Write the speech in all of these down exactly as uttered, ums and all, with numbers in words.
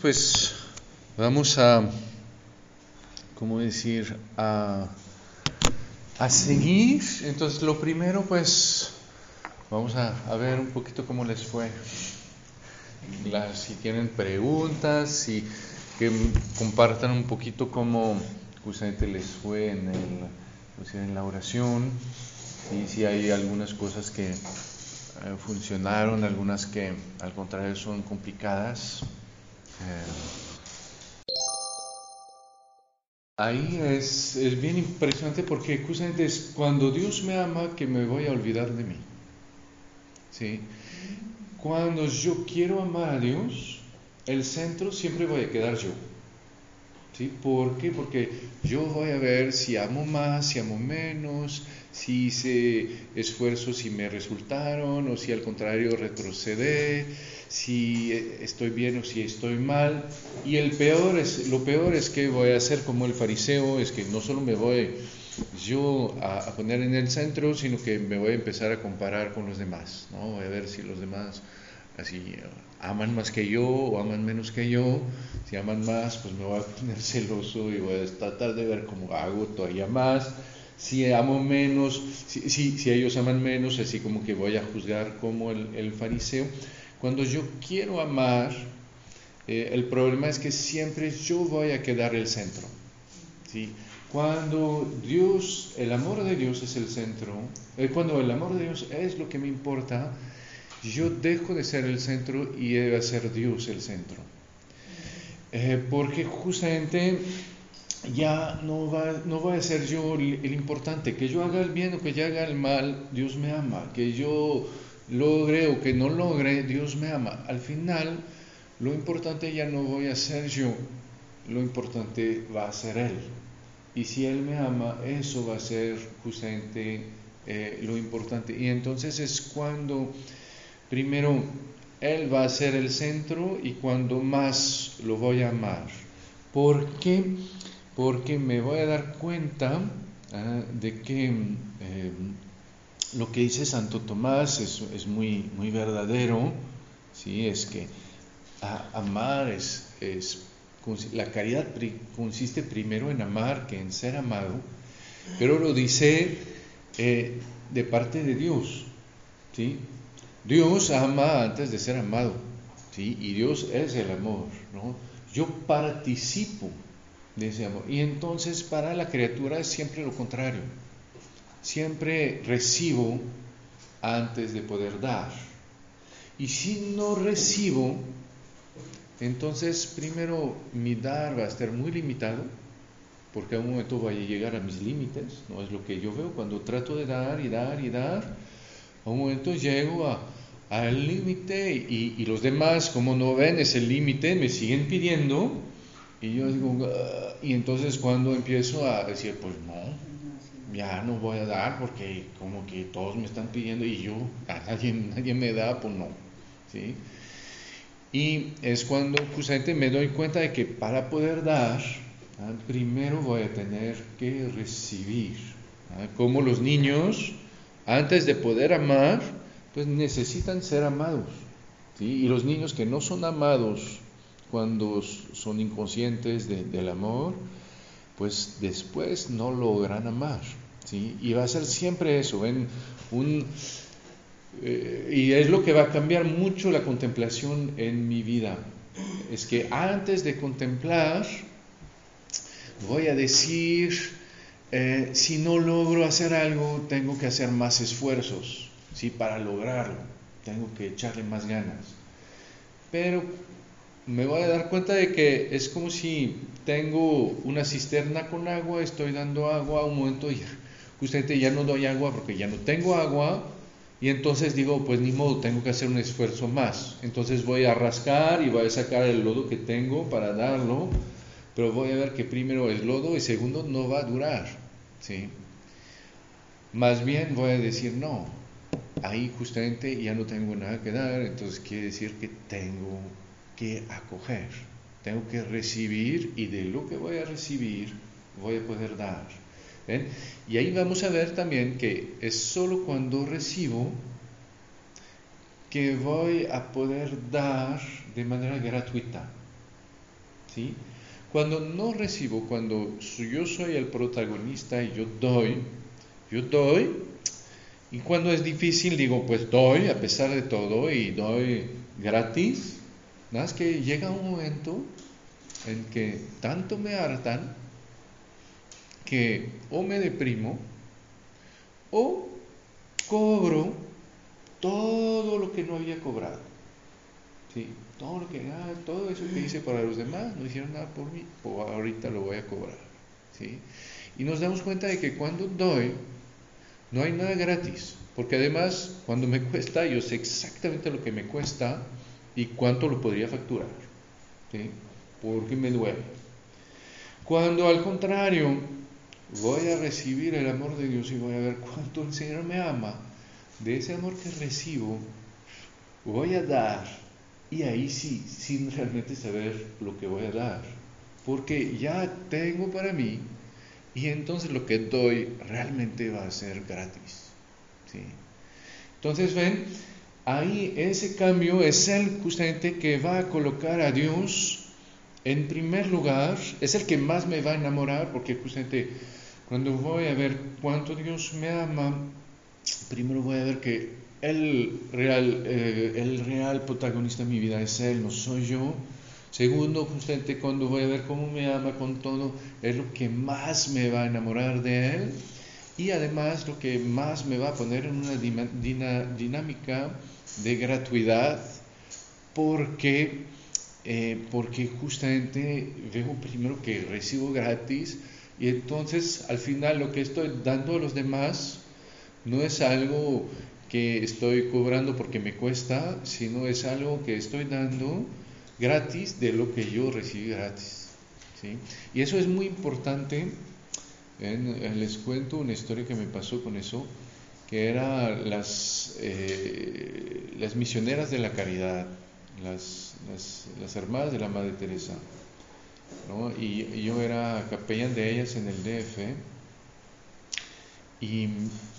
pues vamos a, ¿cómo decir? A, a seguir. Entonces, lo primero, pues, vamos a, a ver un poquito cómo les fue. La, si tienen preguntas, si que compartan un poquito cómo justamente les fue en, el, o sea, en la oración. Y si hay algunas cosas que eh, funcionaron, algunas que al contrario son complicadas. Eh, ahí es, es bien impresionante porque justamente es cuando Dios me ama que me voy a olvidar de mí. ¿Sí? Cuando yo quiero amar a Dios, el centro siempre voy a quedar yo. ¿Sí? ¿Por qué? Porque yo voy a ver si amo más, si amo menos, si hice esfuerzos si me resultaron o si al contrario retrocedé, si estoy bien o si estoy mal. Y el peor es, lo peor es que voy a hacer como el fariseo, es que no solo me voy yo a, a poner en el centro, sino que me voy a empezar a comparar con los demás, ¿no? Voy a ver si los demás así aman más que yo o aman menos que yo. Si aman más, pues me voy a poner celoso y voy a tratar de ver cómo hago todavía más. Si amo menos, si, si, si ellos aman menos, así como que voy a juzgar como el, el fariseo. Cuando yo quiero amar, eh, el problema es que siempre yo voy a quedar el centro, ¿sí? Cuando Dios, el amor de Dios es el centro, eh, cuando el amor de Dios es lo que me importa, yo dejo de ser el centro y debe ser Dios el centro. Eh, porque justamente ya no, va, no voy a ser yo el, el importante. Que yo haga el bien o que yo haga el mal, Dios me ama. Que yo logre o que no logre, Dios me ama. Al final, lo importante ya no voy a ser yo, lo importante va a ser Él. Y si Él me ama, eso va a ser justamente eh, lo importante. Y entonces es cuando primero Él va a ser el centro y cuando más lo voy a amar. ¿Por qué? Porque me voy a dar cuenta ¿eh? de que eh, lo que dice Santo Tomás es, es muy, muy verdadero, ¿sí? Es que a, amar es, es, la caridad consiste primero en amar que en ser amado, pero lo dice eh, de parte de Dios, ¿sí? Dios ama antes de ser amado, ¿sí? Y Dios es el amor, ¿no? Yo participo de ese amor. Y entonces para la criatura es siempre lo contrario. Siempre recibo antes de poder dar. Y si no recibo, entonces primero mi dar va a estar muy limitado, porque a un momento voy a llegar a mis límites, no es lo que yo veo cuando trato de dar y dar y dar. A un momento llego a al límite y, y los demás, como no ven ese límite, me siguen pidiendo y yo digo, uh, y entonces cuando empiezo a decir, pues no, ya no voy a dar porque como que todos me están pidiendo y yo, a nadie, nadie me da, pues no, ¿sí? Y es cuando justamente me doy cuenta de que para poder dar, ¿ah? primero voy a tener que recibir, ¿ah? Como los niños, antes de poder amar, pues necesitan ser amados, ¿sí? Y los niños que no son amados cuando son inconscientes de, del amor, pues después no logran amar, ¿sí? Y va a ser siempre eso, ¿ven? Un, eh, y es lo que va a cambiar mucho la contemplación en mi vida. Es que antes de contemplar, voy a decir, eh, si no logro hacer algo, tengo que hacer más esfuerzos, ¿sí? Para lograrlo, tengo que echarle más ganas. Pero me voy a dar cuenta de que es como si tengo una cisterna con agua, estoy dando agua, a un momento ya, justamente ya no doy agua porque ya no tengo agua, y entonces digo, pues ni modo, tengo que hacer un esfuerzo más. Entonces voy a rascar y voy a sacar el lodo que tengo para darlo, pero voy a ver que primero el lodo y segundo no va a durar, ¿sí? Más bien voy a decir, no, ahí justamente ya no tengo nada que dar, entonces quiere decir que tengo que acoger, tengo que recibir y de lo que voy a recibir voy a poder dar. ¿Ven? Y ahí vamos a ver también que es solo cuando recibo que voy a poder dar de manera gratuita. ¿sí? Cuando no recibo, cuando yo soy el protagonista y yo doy, yo doy, y cuando es difícil digo, pues doy a pesar de todo y doy gratis. Nada más que llega un momento en que tanto me hartan que o me deprimo o cobro todo lo que no había cobrado. Sí, todo lo que, ah, todo eso que hice para los demás no hicieron nada por mí, pues ahorita lo voy a cobrar. ¿Sí? Y nos damos cuenta de que cuando doy no hay nada gratis, porque además cuando me cuesta yo sé exactamente lo que me cuesta y cuánto lo podría facturar, ¿sí? Porque me duele. Cuando al contrario voy a recibir el amor de Dios y voy a ver cuánto el Señor me ama, de ese amor que recibo voy a dar, y ahí sí, sin realmente saber lo que voy a dar, porque ya tengo para mí, y entonces lo que doy realmente va a ser gratis, ¿sí? Entonces ven, ahí ese cambio es el justamente que va a colocar a Dios en primer lugar, es el que más me va a enamorar, porque justamente cuando voy a ver cuánto Dios me ama, primero voy a ver que el real, eh, el real protagonista de mi vida es Él, no soy yo. Segundo, justamente cuando voy a ver cómo me ama con todo, es lo que más me va a enamorar de Él. Y además lo que más me va a poner en una dinámica de gratuidad, porque, eh, porque justamente veo primero que recibo gratis, y entonces al final lo que estoy dando a los demás no es algo que estoy cobrando porque me cuesta, sino es algo que estoy dando gratis de lo que yo recibí gratis, ¿sí? Y eso es muy importante. En, les cuento una historia que me pasó con eso, que era las, eh, las misioneras de la caridad, las, las, las hermanas de la Madre Teresa, ¿no? Y, y yo era capellán de ellas en el D F, y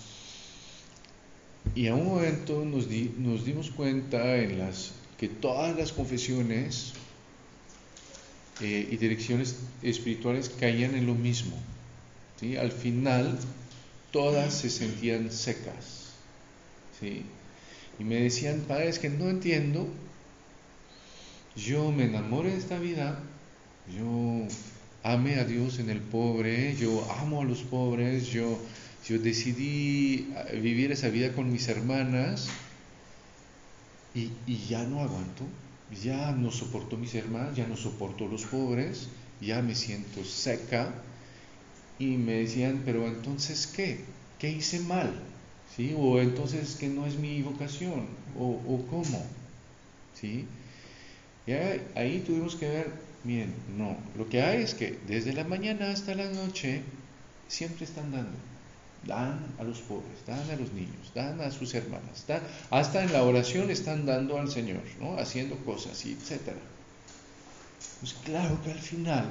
Y a un momento nos, di, nos dimos cuenta en las, que todas las confesiones eh, y direcciones espirituales caían en lo mismo, ¿sí? Al final todas se sentían secas, ¿sí? Y me decían, padre, es que no entiendo, yo me enamoré de esta vida, yo amé a Dios en el pobre, yo amo a los pobres, yo... Yo decidí vivir esa vida con mis hermanas y, y ya no aguanto, ya no soporto mis hermanas, ya no soporto los pobres, ya me siento seca. Y me decían, pero entonces ¿qué? ¿Qué hice mal? ¿Sí? O entonces que no es mi vocación, o, o cómo, ¿sí? Y ahí, ahí tuvimos que ver, miren, no, lo que hay es que desde la mañana hasta la noche siempre están dando. Dan a los pobres, dan a los niños, dan a sus hermanas, dan, hasta en la oración están dando al Señor, ¿no? Haciendo cosas, etcétera. Pues claro que al final,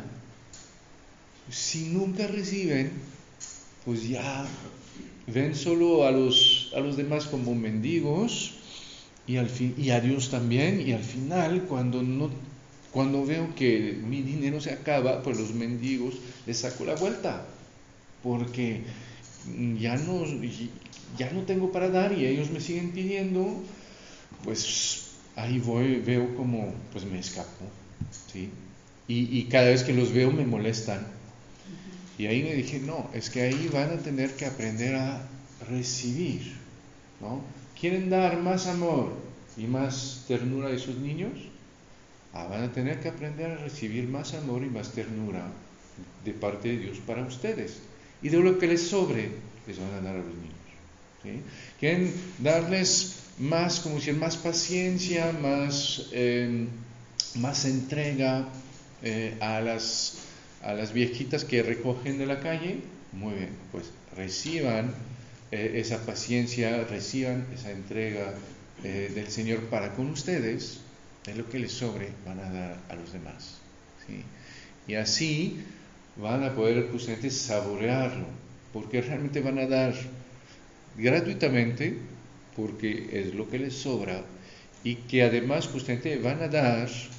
si nunca reciben, pues ya ven solo a los, a los demás como mendigos, y, al fin, y a Dios también, y al final cuando, no, cuando veo que mi dinero se acaba, pues los mendigos les saco la vuelta, porque ya no, ya no tengo para dar y ellos me siguen pidiendo, pues ahí voy, veo como pues me escapo, ¿sí? Y, y cada vez que los veo me molestan. Y ahí me dije, no, es que ahí van a tener que aprender a recibir, ¿no? ¿Quieren dar más amor y más ternura a esos niños? Ah, van a tener que aprender a recibir más amor y más ternura de parte de Dios para ustedes. Y de lo que les sobre, les van a dar a los niños, ¿sí? Quieren darles más, como decir, más paciencia, más, eh, más entrega eh, a, las, a las viejitas que recogen de la calle. Muy bien, pues reciban eh, esa paciencia, reciban esa entrega eh, del Señor para con ustedes. De lo que les sobre van a dar a los demás, ¿sí? Y así van a poder justamente saborearlo, porque realmente van a dar gratuitamente, porque es lo que les sobra, y que además justamente van a dar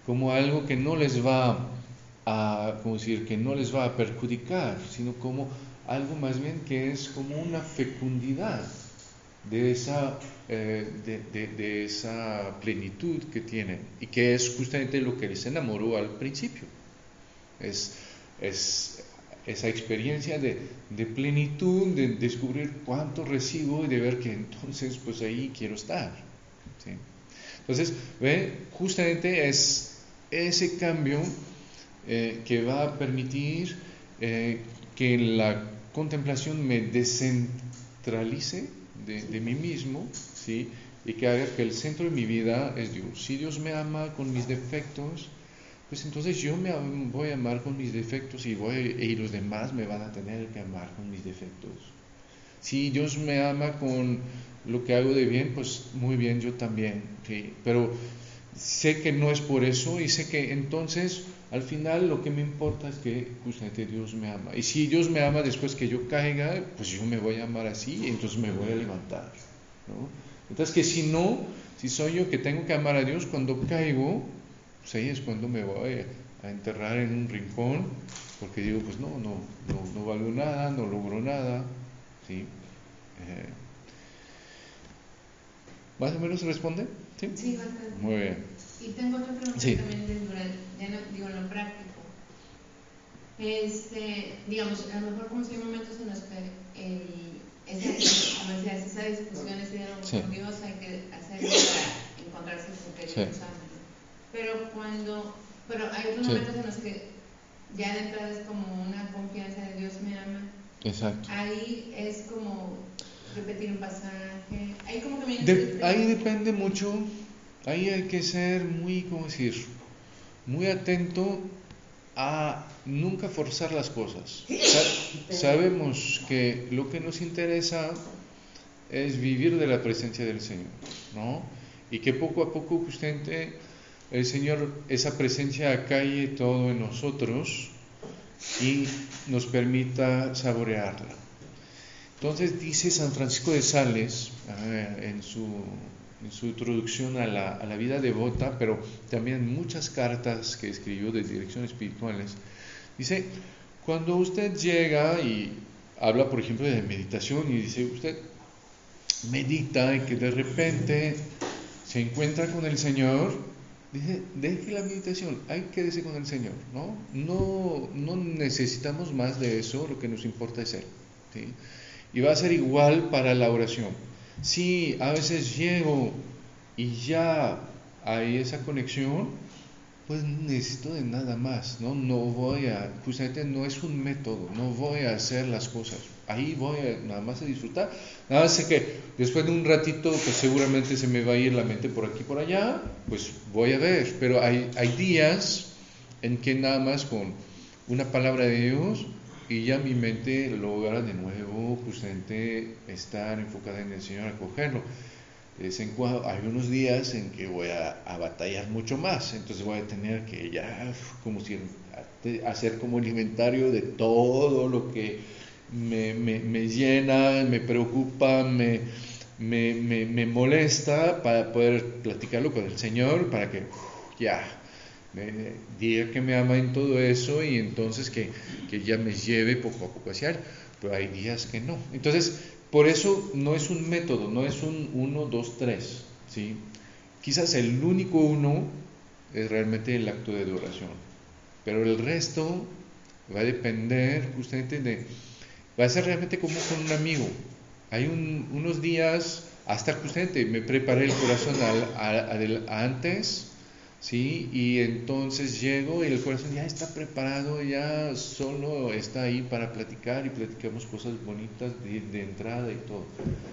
como algo que no les va a, ¿cómo decir?, que no les va a perjudicar, sino como algo más bien que es como una fecundidad de esa, eh, de, de, de esa plenitud que tienen, y que es justamente lo que les enamoró al principio. Es, es esa experiencia de, de plenitud, de descubrir cuánto recibo y de ver que entonces pues ahí quiero estar, ¿sí? Entonces, ¿ve? Justamente es ese cambio eh, que va a permitir eh, que la contemplación me descentralice de, de mí mismo, ¿sí? Y que haga que el centro de mi vida es Dios. Si Dios me ama con mis defectos, pues entonces yo me voy a amar con mis defectos y, voy, y los demás me van a tener que amar con mis defectos. Si Dios me ama con lo que hago de bien, pues muy bien, yo también, ¿sí? Pero sé que no es por eso, y sé que entonces al final lo que me importa es que justamente Dios me ama. Y si Dios me ama después que yo caiga, pues yo me voy a amar así, y entonces me voy a levantar, ¿no? Entonces, que si no, si soy yo que tengo que amar a Dios cuando caigo, pues ahí es cuando me voy a enterrar en un rincón, porque digo, pues no, no, no, no valgo nada, no logro nada, ¿sí? Eh, ¿Más o menos responde? Sí, sí, bastante. Muy bien. Y tengo otra pregunta, sí, también de durante, ya no, digo en lo práctico. Este, digamos, a lo mejor como si hay momentos en los que el, esa, como decías, esa discusión, ese diálogo Sí. con Dios hay que hacerlo para encontrarse con que Dios Sí. ama. Pero cuando, pero hay otros Sí. momentos en los que ya de entrada es como una confianza de Dios me ama. Exacto. Ahí es como repetir un pasaje. Ahí como que me De, ahí depende mucho, ahí hay que ser muy, ¿cómo decir?, muy atento a nunca forzar las cosas. Sa- sabemos que lo que nos interesa es vivir de la presencia del Señor, ¿no? Y que poco a poco justamente el Señor, esa presencia calle todo en nosotros y nos permita saborearla. Entonces dice San Francisco de Sales eh, en, su, en su introducción a la, a la vida devota, pero también en muchas cartas que escribió de direcciones espirituales, dice, cuando usted llega y habla, por ejemplo, de meditación, y dice, usted medita y que de repente se encuentra con el Señor, dice, deje la meditación, hay que quedarse con el Señor, ¿no? No, no necesitamos más de eso, lo que nos importa es Él, ¿sí? Y va a ser igual para la oración. Si a veces llego y ya hay esa conexión, pues no necesito de nada más, ¿no? No voy a, justamente no es un método, no voy a hacer las cosas. Ahí voy a, nada más a disfrutar. Nada más sé que después de un ratito, pues seguramente se me va a ir la mente por aquí y por allá, pues voy a ver. Pero hay, hay días en que nada más con una palabra de Dios y ya mi mente logra de nuevo justamente estar enfocada en el Señor, acogerlo. De vez en cuando hay unos días en que voy a, a batallar mucho más, entonces voy a tener que ya como si hacer como el inventario de todo lo que me, me, me llena, me preocupa, me, me, me, me molesta, para poder platicarlo con el Señor, para que uf, ya me diga que me ama en todo eso, y entonces que, que ya me lleve poco a poco hacia Él. Pero hay días que no. Entonces, por eso no es un método, no es un uno, dos, tres, ¿sí? Quizás el único uno es realmente el acto de adoración, pero el resto va a depender justamente de, va a ser realmente como con un amigo. Hay un, unos días, hasta justamente me preparé el corazón al, al, al, antes, ¿sí? Y entonces llego y el corazón ya está preparado, ya solo está ahí para platicar, y platicamos cosas bonitas de, de entrada y todo.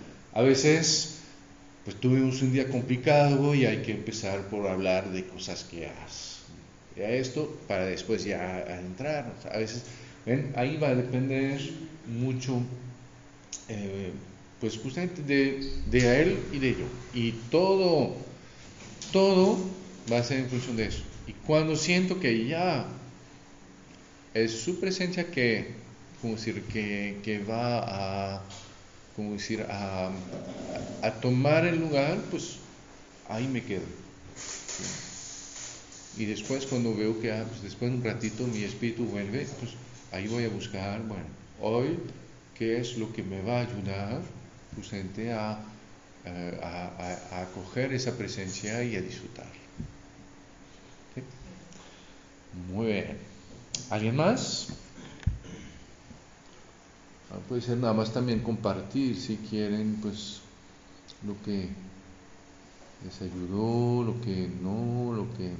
A veces pues tuvimos un día complicado y hay que empezar por hablar de cosas que has, ya esto, para después ya entrar. O sea, a veces, ¿ven? Ahí va a depender mucho, eh, pues justamente de, de a él y de yo. Y todo, todo va a ser en función de eso. Y cuando siento que ya es su presencia que, como decir, que, que va a, como decir, a, a, a tomar el lugar, pues ahí me quedo. Y después cuando veo que ah, pues después de un ratito mi espíritu vuelve, pues ahí voy a buscar, bueno, hoy, ¿qué es lo que me va a ayudar justamente a, a, a, a acoger esa presencia y a disfrutar? ¿Sí? Muy bien. ¿Alguien más? Ah, puede ser nada más también compartir, si quieren, pues lo que les ayudó, lo que no, lo que...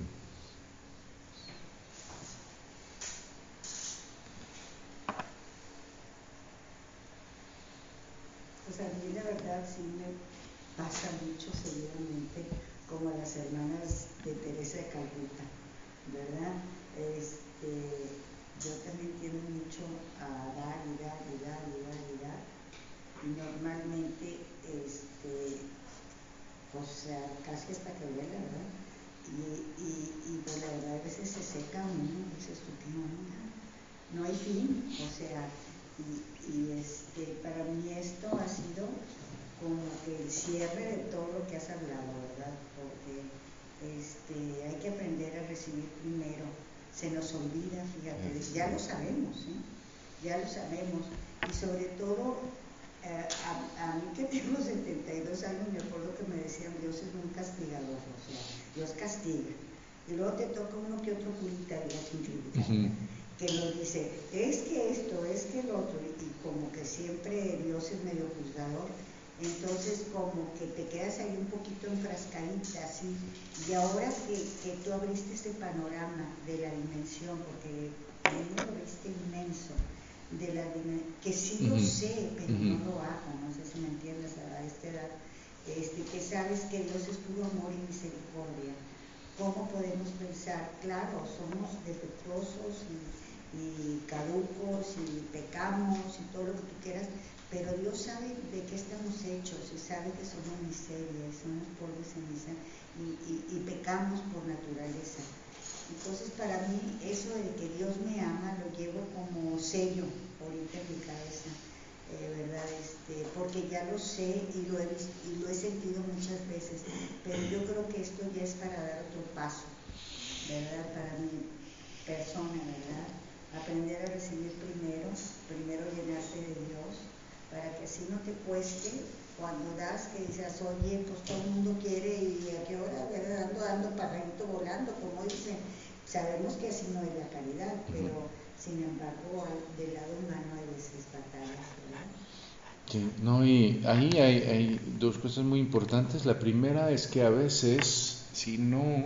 Pues a mí la verdad sí me pasa mucho seguidamente como a las hermanas de Teresa de Calcuta, ¿verdad? Este, yo también tiendo mucho a dar y dar y dar y dar y dar, y normalmente, este, pues casi hasta que duele, ¿verdad? Y, y, y pues la verdad a veces se seca uno, dices tú qué onda, no hay fin, o sea, y, y este, para mí esto ha sido como que el cierre de todo lo que has hablado, ¿verdad? Porque este, hay que aprender a recibir primero, se nos olvida, fíjate, ya lo sabemos, ¿eh? Ya lo sabemos, y sobre todo, eh, a, a mí que tengo setenta y dos años, me acuerdo que me decían, Dios es muy castigador, o sea, Dios castiga, y luego te toca uno que otro purita, diga sin criticar, uh-huh. que nos dice, es que esto, es que el otro, y, y como que siempre Dios es medio juzgador, entonces como que te quedas ahí un poquito enfrascadita, así, y ahora que, que tú abriste este panorama de la dimensión, porque a mí me lo abriste inmenso, de la dimensión, que sí lo uh-huh. sé, pero uh-huh. no lo hago, no sé si me entiendes a esta edad, este, que sabes que Dios es puro amor y misericordia. ¿Cómo podemos pensar? Claro, somos defectuosos y, y caducos y pecamos y todo lo que tú quieras, pero Dios sabe de qué estamos hechos y sabe que somos miseria, somos polvo y ceniza y, y, y pecamos por naturaleza. Entonces para mí eso de que Dios me ama lo llevo como sello ahorita en mi cabeza, eh, ¿verdad? Este, porque ya lo sé y lo, he, y lo he sentido muchas veces, pero yo creo que esto ya es para dar otro paso, ¿verdad? Para mi persona, ¿verdad? Aprender a recibir primero, primero llenarte de Dios, para que así no te cueste cuando das, que dices, oye, pues todo el mundo quiere y a qué hora, ¿verdad? Ando dando pajarito volando, como dicen. Sabemos que así no es la caridad, pero sin embargo del lado humano hay veces batallas, ¿verdad? Sí, no, y ahí hay, hay dos cosas muy importantes. La primera es que a veces, si no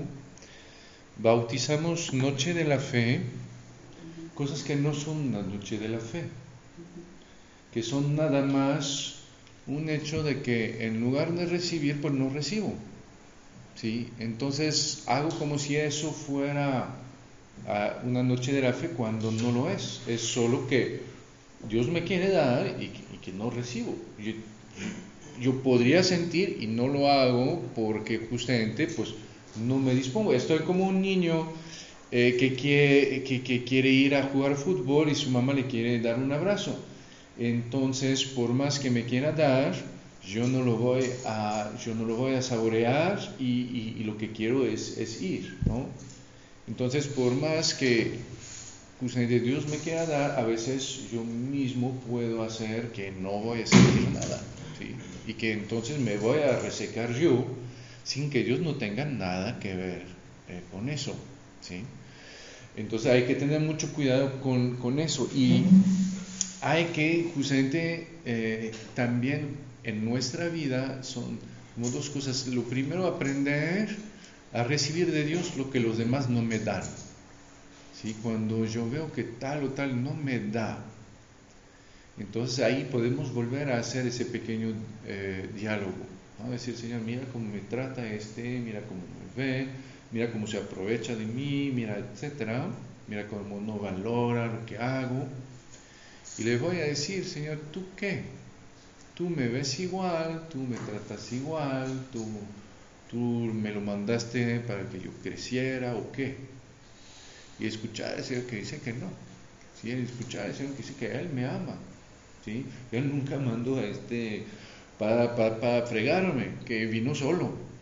bautizamos noche de la fe, uh-huh. cosas que no son la noche de la fe, uh-huh. que son nada más un hecho de que en lugar de recibir, pues no recibo. ¿Sí? Entonces hago como si eso fuera uh, una noche de la fe cuando no lo es. Es solo que Dios me quiere dar y que, y que no recibo. Yo, yo podría sentir y no lo hago porque justamente pues no me dispongo. Estoy como un niño eh, que, quiere, que, que quiere ir a jugar fútbol y su mamá le quiere dar un abrazo. Entonces, por más que me quiera dar, yo no lo voy a, yo no lo voy a saborear y, y, y lo que quiero es, es ir, ¿no? Entonces, por más que justamente Dios me quiera dar, a veces yo mismo puedo hacer que no voy a sentir nada, ¿sí? Y que entonces me voy a resecar yo sin que Dios no tenga nada que ver eh, con eso, ¿sí? Entonces hay que tener mucho cuidado con, con eso y hay que justamente eh, también en nuestra vida son como dos cosas. Lo primero, aprender a recibir de Dios lo que los demás no me dan. ¿Sí? Cuando yo veo que tal o tal no me da, entonces ahí podemos volver a hacer ese pequeño eh, diálogo, ¿no? Decir, Señor, mira cómo me trata este, mira cómo me ve, mira cómo se aprovecha de mí, mira, etcétera, mira cómo no valora lo que hago. Y le voy a decir, Señor, ¿tú qué? Tú me ves igual, tú me tratas igual, tú, tú me lo mandaste para que yo creciera o qué. Y escuchar al Señor que dice que no, ¿sí? Escuchar al Señor que dice que Él me ama, ¿sí? Él nunca mandó a este para, para, para fregarme, que vino solo, ¿verdad?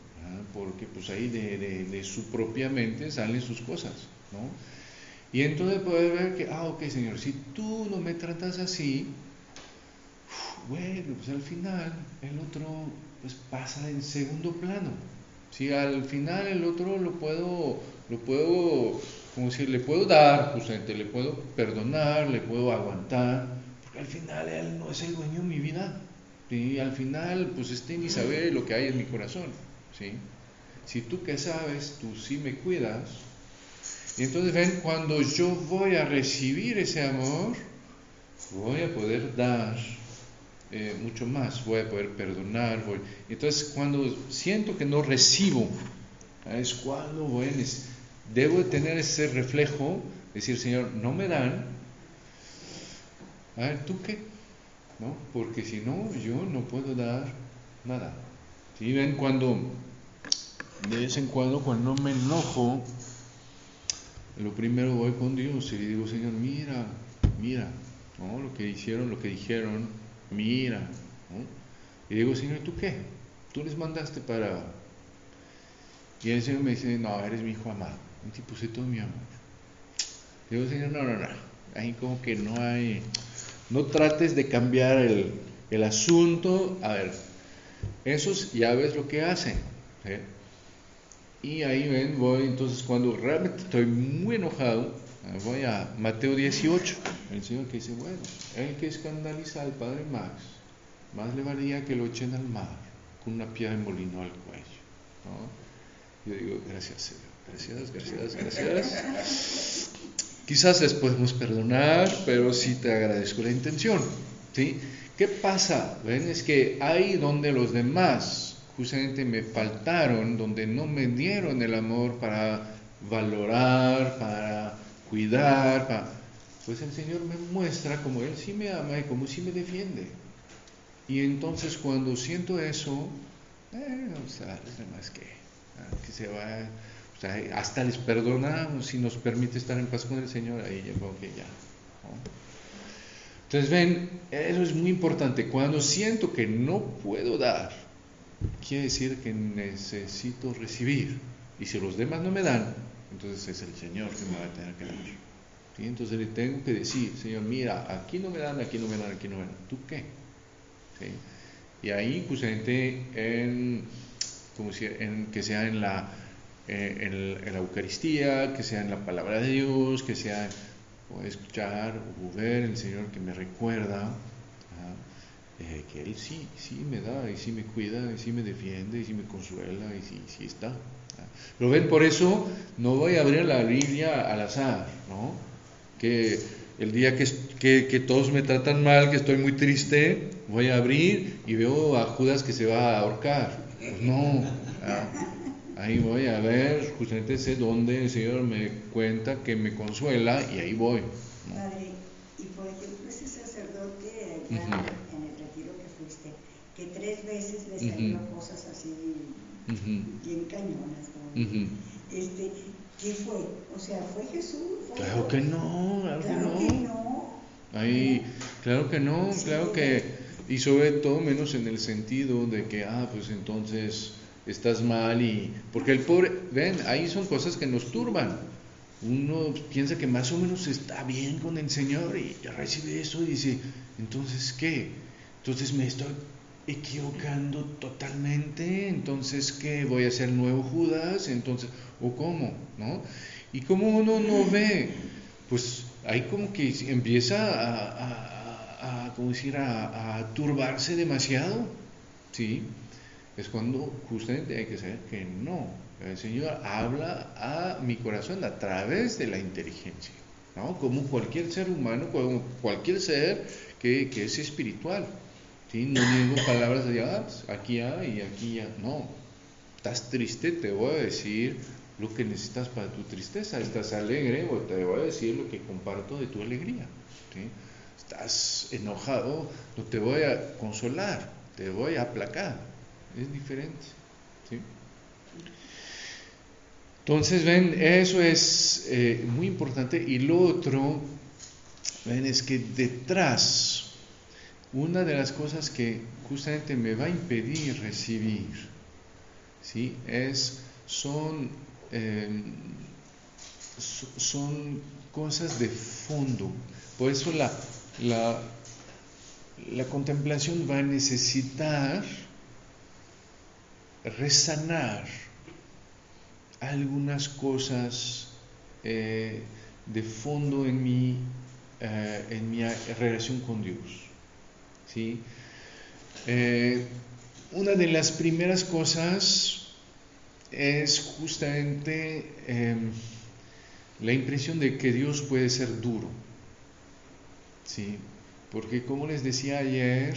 porque pues ahí de, de, de su propia mente salen sus cosas, ¿no? Y entonces puedes ver que, ah, ok, Señor, si tú no me tratas así, bueno, pues al final el otro pues pasa en segundo plano. Si al final el otro lo puedo, lo puedo, como decir, le puedo dar, justamente, le puedo perdonar, le puedo aguantar, porque al final él no es el dueño de mi vida. Y al final, pues este ni sabe lo que hay en mi corazón, ¿sí? Si tú que sabes, tú sí me cuidas. Y entonces ven, cuando yo voy a recibir ese amor, voy a poder dar eh, mucho más, voy a poder perdonar. Voy... Entonces cuando siento que no recibo, es cuando voy a neces- debo de tener ese reflejo, decir, Señor, no me dan, a ver, ¿tú qué? ¿No? Porque si no, yo no puedo dar nada. ¿Sí? Ven, cuando de vez en cuando, cuando me enojo, lo primero voy con Dios y le digo, Señor, mira, mira, ¿no? Lo que hicieron, lo que dijeron, mira, ¿no? Y digo, Señor, ¿tú qué? Tú les mandaste para... Y el Señor me dice, no, eres mi hijo amado, y te puse todo mi amor. Y digo, Señor, no, no, no, ahí como que no hay, no trates de cambiar el, el asunto. A ver, esos ya ves lo que hacen, ¿sí? Y ahí ven, voy, entonces cuando realmente estoy muy enojado, voy a Mateo dieciocho, el Señor que dice, bueno, el que escandaliza al Padre Max, más le valía que lo echen al mar, con una piedra de molino al cuello, ¿no? Yo digo, gracias Señor, gracias, gracias, gracias. Quizás les podemos perdonar, pero sí te agradezco la intención, ¿sí? ¿Qué pasa? ¿Ven? Es que ahí donde los demás justamente me faltaron, donde no me dieron el amor para valorar, para cuidar, para... pues el Señor me muestra como Él sí me ama y como sí me defiende. Y entonces cuando siento eso, eh, o sea, los demás que, que se va, o sea, hasta les perdonamos si nos permite estar en paz con el Señor, ahí ya creo que ya, ¿no? Entonces ven, eso es muy importante. Cuando siento que no puedo dar, quiere decir que necesito recibir, y si los demás no me dan, entonces es el Señor que me va a tener que dar, ¿sí? Entonces le tengo que decir, Señor, mira, aquí no me dan, aquí no me dan, aquí no me dan, ¿tú qué? ¿Sí? Y ahí justamente en, como si, en que sea en la, eh, en, en la Eucaristía, que sea en la palabra de Dios, que sea o escuchar o ver el Señor que me recuerda, Eh, que Él sí, sí me da, y sí me cuida, y sí me defiende, y sí me consuela, y sí, sí está. ¿Ah? Pero ven, por eso no voy a abrir la Biblia al azar, ¿no? Que el día que, que, que todos me tratan mal, que estoy muy triste, voy a abrir y veo a Judas que se va a ahorcar. Pues no, ¿ah? Ahí voy a ver, justamente sé dónde el Señor me cuenta que me consuela, y ahí voy, ¿no? Padre, y por ejemplo ese sacerdote allá uh-huh. en el retiro que fuiste, que tres veces le salieron uh-huh. cosas así uh-huh. bien cañonas, ¿no? Uh-huh. este, ¿qué fue? O sea, ¿fue Jesús? ¿Fue claro Dios? que no, claro, claro que no. Que no. Ahí, claro que no, sí, claro que, y sobre todo menos en el sentido de que, ah, pues entonces estás mal, y porque el pobre, ven, ahí son cosas que nos turban. Uno piensa que más o menos está bien con el Señor y recibe eso y dice, entonces ¿qué? Entonces me estoy equivocando totalmente, entonces ¿qué? Voy a ser el nuevo Judas, entonces, o cómo, ¿no? Y como uno no ve, pues ahí como que empieza a, a, a, ¿cómo decir? A, a turbarse demasiado, ¿sí? Es cuando justamente hay que saber que no, el Señor habla a mi corazón a través de la inteligencia, ¿no? Como cualquier ser humano, como cualquier ser que, que es espiritual, ¿sí? No digo palabras de ah, aquí ya y aquí ya, no. Estás triste, te voy a decir lo que necesitas para tu tristeza. Estás alegre, o te voy a decir lo que comparto de tu alegría, ¿sí? Estás enojado, no te voy a consolar, te voy a aplacar. Es diferente, ¿sí? Entonces, ven, eso es eh, muy importante. Y lo otro, ven, es que detrás, una de las cosas que justamente me va a impedir recibir ¿sí? Es, son, eh, son cosas de fondo. Por eso la, la, la contemplación va a necesitar resanar algunas cosas eh, de fondo en mi, eh, en mi relación con Dios, ¿sí? Eh, una de las primeras cosas es justamente eh, la impresión de que Dios puede ser duro, ¿sí? Porque como les decía ayer,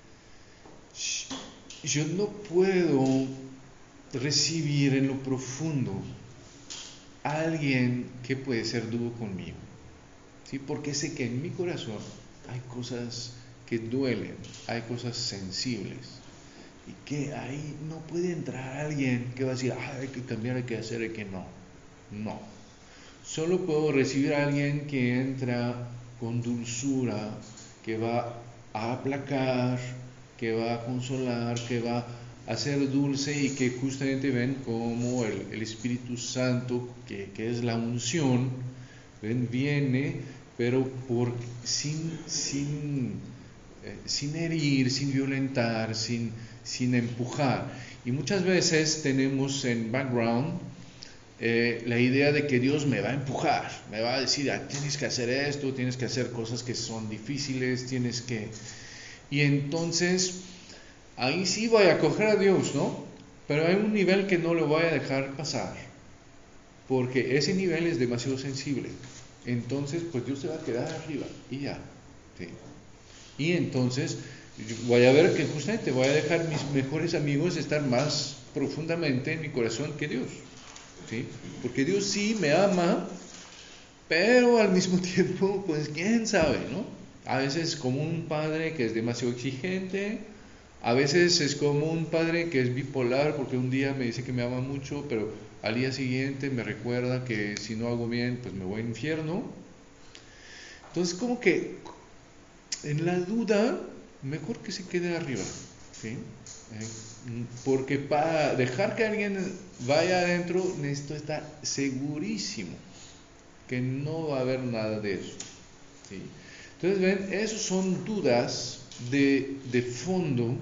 yo no puedo recibir en lo profundo a alguien que puede ser duro conmigo, ¿sí? Porque sé que en mi corazón hay cosas que duelen, hay cosas sensibles, y que ahí no puede entrar alguien que va a decir, ah, hay que cambiar, hay que hacer, hay que no. No. Solo puedo recibir a alguien que entra con dulzura, que va a aplacar, que va a consolar, que va a ser dulce, y que justamente ven como el, el Espíritu Santo, que, que es la unción, ven, viene, pero por, sin, sin, eh, sin herir, sin violentar, sin, sin empujar. Y muchas veces tenemos en background eh, la idea de que Dios me va a empujar, me va a decir, ah, tienes que hacer esto, tienes que hacer cosas que son difíciles, tienes que... Y entonces, ahí sí voy a coger a Dios, ¿no? Pero hay un nivel que no lo voy a dejar pasar, porque ese nivel es demasiado sensible. Entonces, pues Dios se va a quedar arriba, y ya, ¿sí? Y entonces voy a ver que justamente voy a dejar mis mejores amigos estar más profundamente en mi corazón que Dios, ¿sí? Porque Dios sí me ama, pero al mismo tiempo, pues quién sabe, ¿no? A veces es como un padre que es demasiado exigente, a veces es como un padre que es bipolar, porque un día me dice que me ama mucho, pero al día siguiente me recuerda que si no hago bien, pues me voy al infierno. Entonces, como que en la duda, mejor que se quede arriba, ¿sí? Eh, porque para dejar que alguien vaya adentro, necesito estar segurísimo que no va a haber nada de eso, ¿sí? Entonces, ven, esas son dudas de, de fondo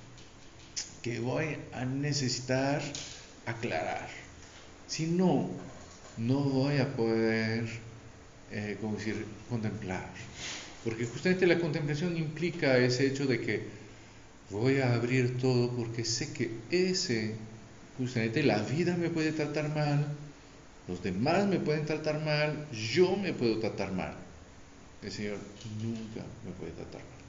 que voy a necesitar aclarar. Si no, no voy a poder, eh, ¿cómo decir?, contemplar. Porque justamente la contemplación implica ese hecho de que voy a abrir todo, porque sé que ese, justamente la vida me puede tratar mal, los demás me pueden tratar mal, yo me puedo tratar mal. El Señor nunca me puede tratar mal,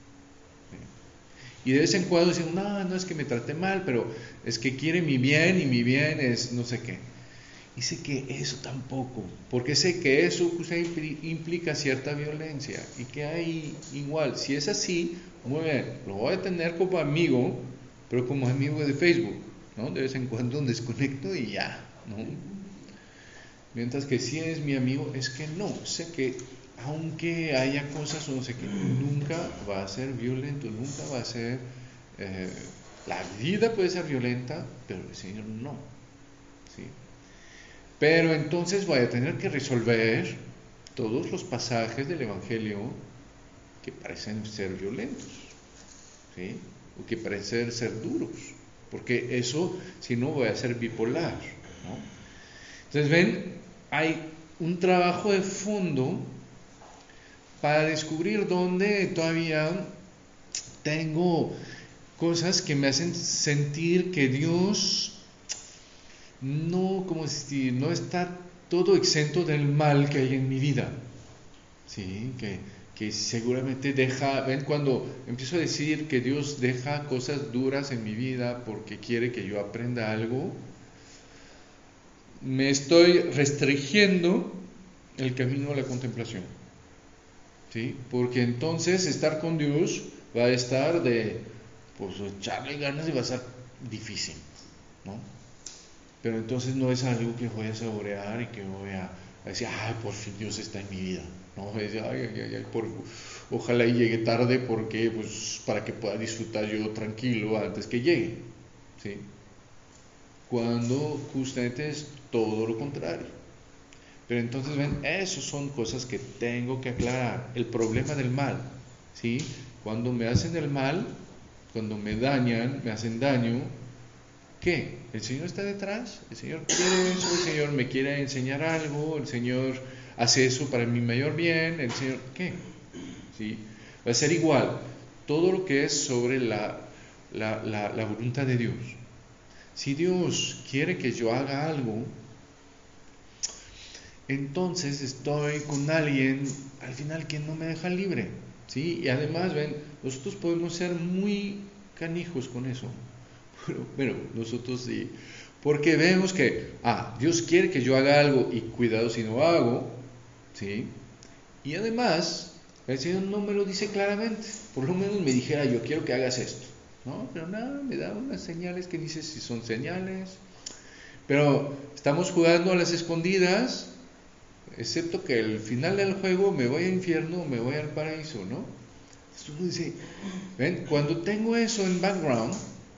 ¿sí? Y de vez en cuando dicen, no, no es que me trate mal, pero es que quiere mi bien, y mi bien es no sé qué. Y sé que eso tampoco, porque sé que eso justamente implica cierta violencia, y que hay igual, si es así, muy bien, lo voy a tener como amigo, pero como amigo de Facebook, ¿no? De vez en cuando desconecto y ya, ¿no? Mientras que si es mi amigo, es que no, sé que aunque haya cosas o no sé qué, nunca va a ser violento, nunca va a ser, eh, la vida puede ser violenta, pero el Señor no, ¿sí? Pero entonces voy a tener que resolver todos los pasajes del Evangelio que parecen ser violentos, ¿sí? O que parecen ser duros, porque eso, si no, voy a ser bipolar, ¿no? Entonces, ven, hay un trabajo de fondo para descubrir dónde todavía tengo cosas que me hacen sentir que Dios no, como si no está todo exento del mal que hay en mi vida, ¿sí? Que, que seguramente deja, ven, cuando empiezo a decir que Dios deja cosas duras en mi vida porque quiere que yo aprenda algo, me estoy restringiendo el camino a la contemplación, ¿sí? Porque entonces estar con Dios va a estar de, pues, echarle ganas y va a ser difícil, ¿no? Pero entonces no es algo que voy a saborear y que voy a, a decir, ay, por fin Dios está en mi vida, ¿no? Ay, ay, ay, ay, por, ojalá y llegue tarde, porque, pues, para que pueda disfrutar yo tranquilo antes que llegue, ¿sí? cuando justamente es todo lo contrario. Pero entonces ven, esas son cosas que tengo que aclarar. El problema del mal, ¿sí? Cuando me hacen el mal, cuando me dañan, me hacen daño, ¿qué? ¿El Señor está detrás? ¿El Señor quiere eso? ¿El Señor me quiere enseñar algo? ¿El Señor hace eso para mi mayor bien? ¿El Señor qué? ¿Sí? Va a ser igual. Todo lo que es sobre la, la, la, la voluntad de Dios. Si Dios quiere que yo haga algo, entonces estoy con alguien al final que no me deja libre, ¿sí? Y además, ven, nosotros podemos ser muy canijos con eso, pero, pero nosotros sí, porque vemos que, ah, Dios quiere que yo haga algo y cuidado si no hago, ¿sí? Y además, el Señor no me lo dice claramente, por lo menos me dijera, yo quiero que hagas esto, ¿no? Pero nada, me da unas señales que dice si son señales, pero estamos jugando a las escondidas, excepto que al final del juego me voy al infierno o me voy al paraíso, ¿no? Entonces uno dice, ¿ven? Cuando tengo eso en background,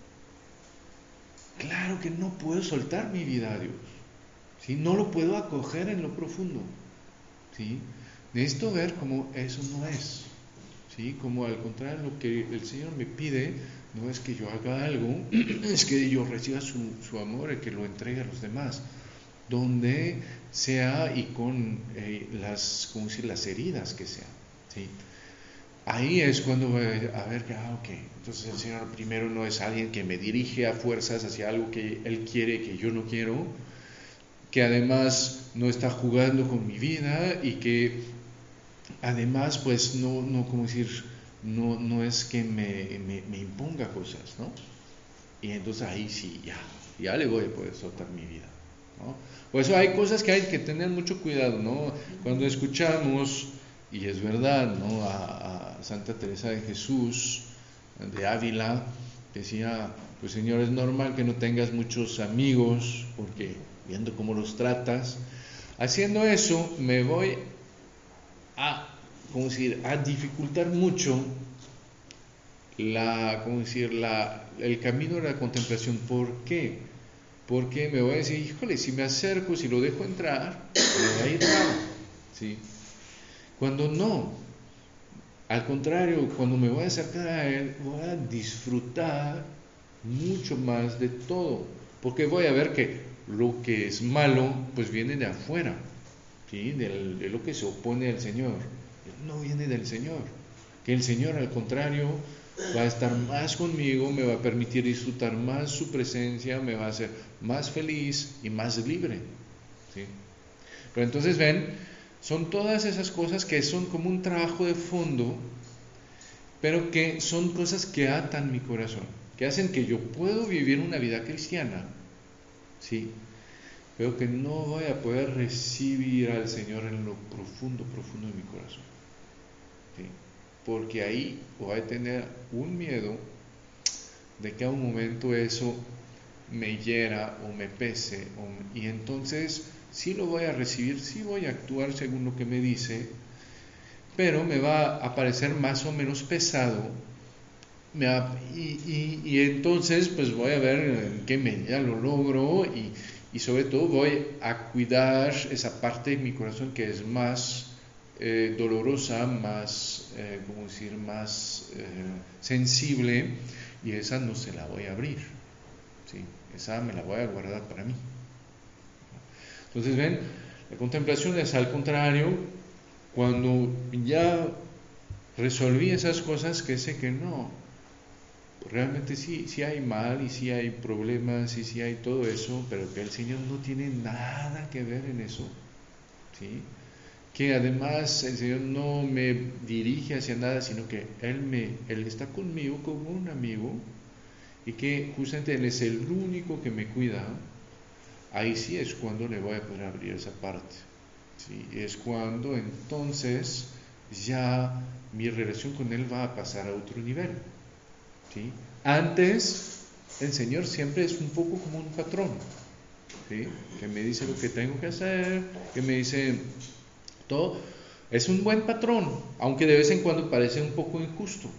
claro que no puedo soltar mi vida a Dios, ¿sí? No lo puedo acoger en lo profundo, ¿sí? Necesito ver cómo eso no es, ¿sí? Como al contrario, lo que el Señor me pide no es que yo haga algo, es que yo reciba su, su amor y que lo entregue a los demás, donde sea y con eh, las, ¿cómo decir?, las heridas que sean, ¿sí? Ahí es cuando voy a ver que, ah, ok, entonces el Señor primero no es alguien que me dirige a fuerzas hacia algo que Él quiere que yo no quiero, que además no está jugando con mi vida y que además pues no, no ¿cómo decir?, no, no es que me, me, me imponga cosas, ¿no? Y entonces ahí sí, ya, ya le voy a poder soltar mi vida, ¿no? Por eso hay cosas que hay que tener mucho cuidado, ¿no? Cuando escuchamos, y es verdad, ¿no?, a, a Santa Teresa de Jesús, de Ávila, decía, pues Señor, es normal que no tengas muchos amigos, porque viendo cómo los tratas, haciendo eso me voy a, ¿cómo decir?, a dificultar mucho la, ¿cómo decir?, la, el camino de la contemplación. ¿Por qué? Porque me voy a decir, híjole, si me acerco, si lo dejo entrar, me va a ir mal, ¿sí? Cuando no, al contrario, cuando me voy a acercar a Él, voy a disfrutar mucho más de todo, porque voy a ver que lo que es malo, pues viene de afuera, ¿sí? De, de lo que se opone al Señor, no viene del Señor, que el Señor al contrario va a estar más conmigo, me va a permitir disfrutar más su presencia, me va a hacer más feliz y más libre, ¿sí? Pero entonces ven, son todas esas cosas que son como un trabajo de fondo, pero que son cosas que atan mi corazón, que hacen que yo puedo vivir una vida cristiana, ¿sí? Pero que no voy a poder recibir al Señor en lo profundo, profundo de mi corazón, ¿sí? Porque ahí voy a tener un miedo de que a un momento eso me hiera o me pese, o, y entonces sí lo voy a recibir, sí voy a actuar según lo que me dice, pero me va a parecer más o menos pesado, me va, y, y, y entonces pues voy a ver en qué medida lo logro, y, y sobre todo voy a cuidar esa parte de mi corazón que es más eh, dolorosa, más, eh, ¿cómo decir?, más eh, sensible, y esa no se la voy a abrir, ¿sí? Esa me la voy a guardar para mí. Entonces ven, la contemplación es al contrario, cuando ya resolví esas cosas que sé que no, realmente sí, sí hay mal y sí hay problemas y sí hay todo eso, pero que el Señor no tiene nada que ver en eso, ¿sí? Que además el Señor no me dirige hacia nada, sino que Él, me, Él está conmigo como un amigo, y que justamente Él es el único que me cuida. Ahí sí es cuando le voy a poder abrir esa parte, ¿sí? Es cuando entonces ya mi relación con Él va a pasar a otro nivel, ¿sí? Antes el Señor siempre es un poco como un patrón, ¿sí? Que me dice lo que tengo que hacer, que me dice todo. Es un buen patrón, aunque de vez en cuando parece un poco injusto,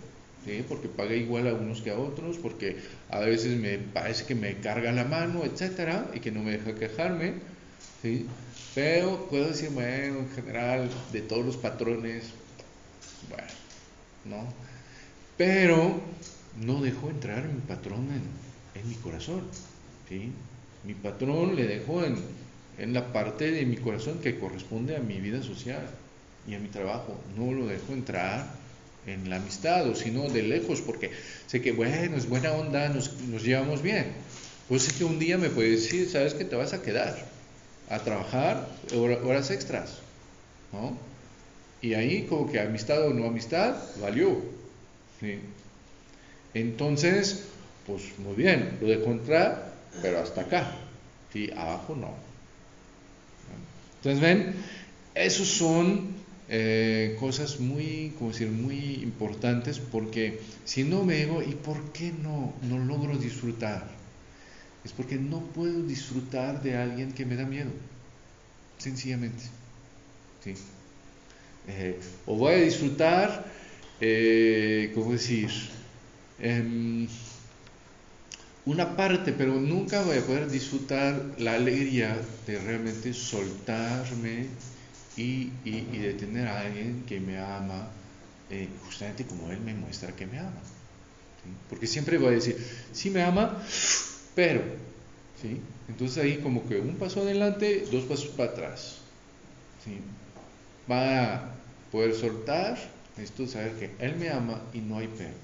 ¿sí? Porque pagué igual a unos que a otros, porque a veces me parece que me carga la mano, etcétera, y que no me deja quejarme, ¿sí? Pero puedo decir, bueno, en general, de todos los patrones, bueno, ¿no? Pero no dejó entrar mi patrón en, en mi corazón, ¿sí? Mi patrón le dejó en, en la parte de mi corazón que corresponde a mi vida social y a mi trabajo. No lo dejo entrar en la amistad, o si no, de lejos, porque sé que, bueno, es buena onda, nos, nos llevamos bien. Pues sé que un día me puede decir, sabes que te vas a quedar a trabajar horas extras, ¿no? Y ahí como que amistad o no amistad, valió, ¿sí? Entonces, pues muy bien, lo dejo entrar, pero hasta acá, ¿sí? Abajo no. Entonces, ven, esos son eh, cosas muy, como decir, muy importantes, porque si no me digo, ¿y por qué no, no logro disfrutar? Es porque no puedo disfrutar de alguien que me da miedo, sencillamente, ¿sí? Eh, o voy a disfrutar, eh, ¿cómo decir? Eh, una parte, pero nunca voy a poder disfrutar la alegría de realmente soltarme y, y, y de tener a alguien que me ama, eh, justamente como Él me muestra que me ama, ¿sí? Porque siempre voy a decir, sí me ama, pero, ¿sí? Entonces ahí como que un paso adelante, dos pasos para atrás, ¿sí? Para poder soltar, necesito saber que Él me ama y no hay pero,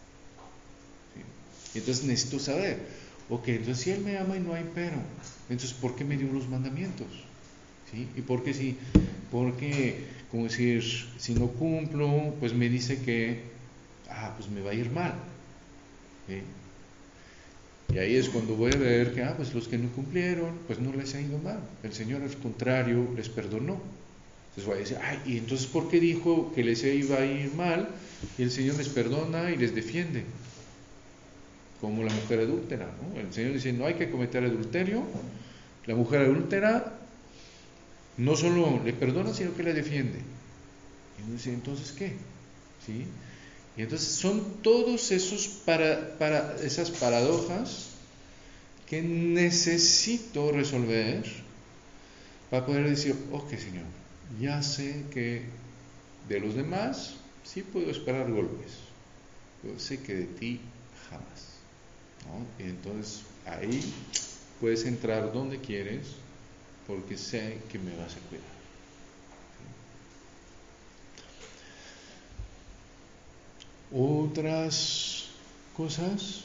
¿sí? Entonces necesito saber, ok, entonces si Él me ama y no hay pero, entonces ¿por qué me dio los mandamientos? ¿Sí? ¿Y por qué si, porque, como decir, si no cumplo, pues me dice que, ah, pues me va a ir mal, ¿sí? Y ahí es cuando voy a ver que, ah, pues los que no cumplieron, pues no les ha ido mal, el Señor al contrario les perdonó. Entonces voy a decir, ay, ¿y entonces por qué dijo que les iba a ir mal y el Señor les perdona y les defiende? Como la mujer adúltera, ¿no? El Señor dice, no hay que cometer adulterio. La mujer adúltera no solo le perdona, sino que la defiende. Y uno dice, ¿entonces qué? ¿Sí? Y entonces son todos esos para, para, esas paradojas que necesito resolver para poder decir, ok, Señor, ya sé que de los demás sí puedo esperar golpes, yo sé que de ti jamás, ¿no? Y entonces ahí puedes entrar donde quieres, porque sé que me vas a cuidar. Otras cosas.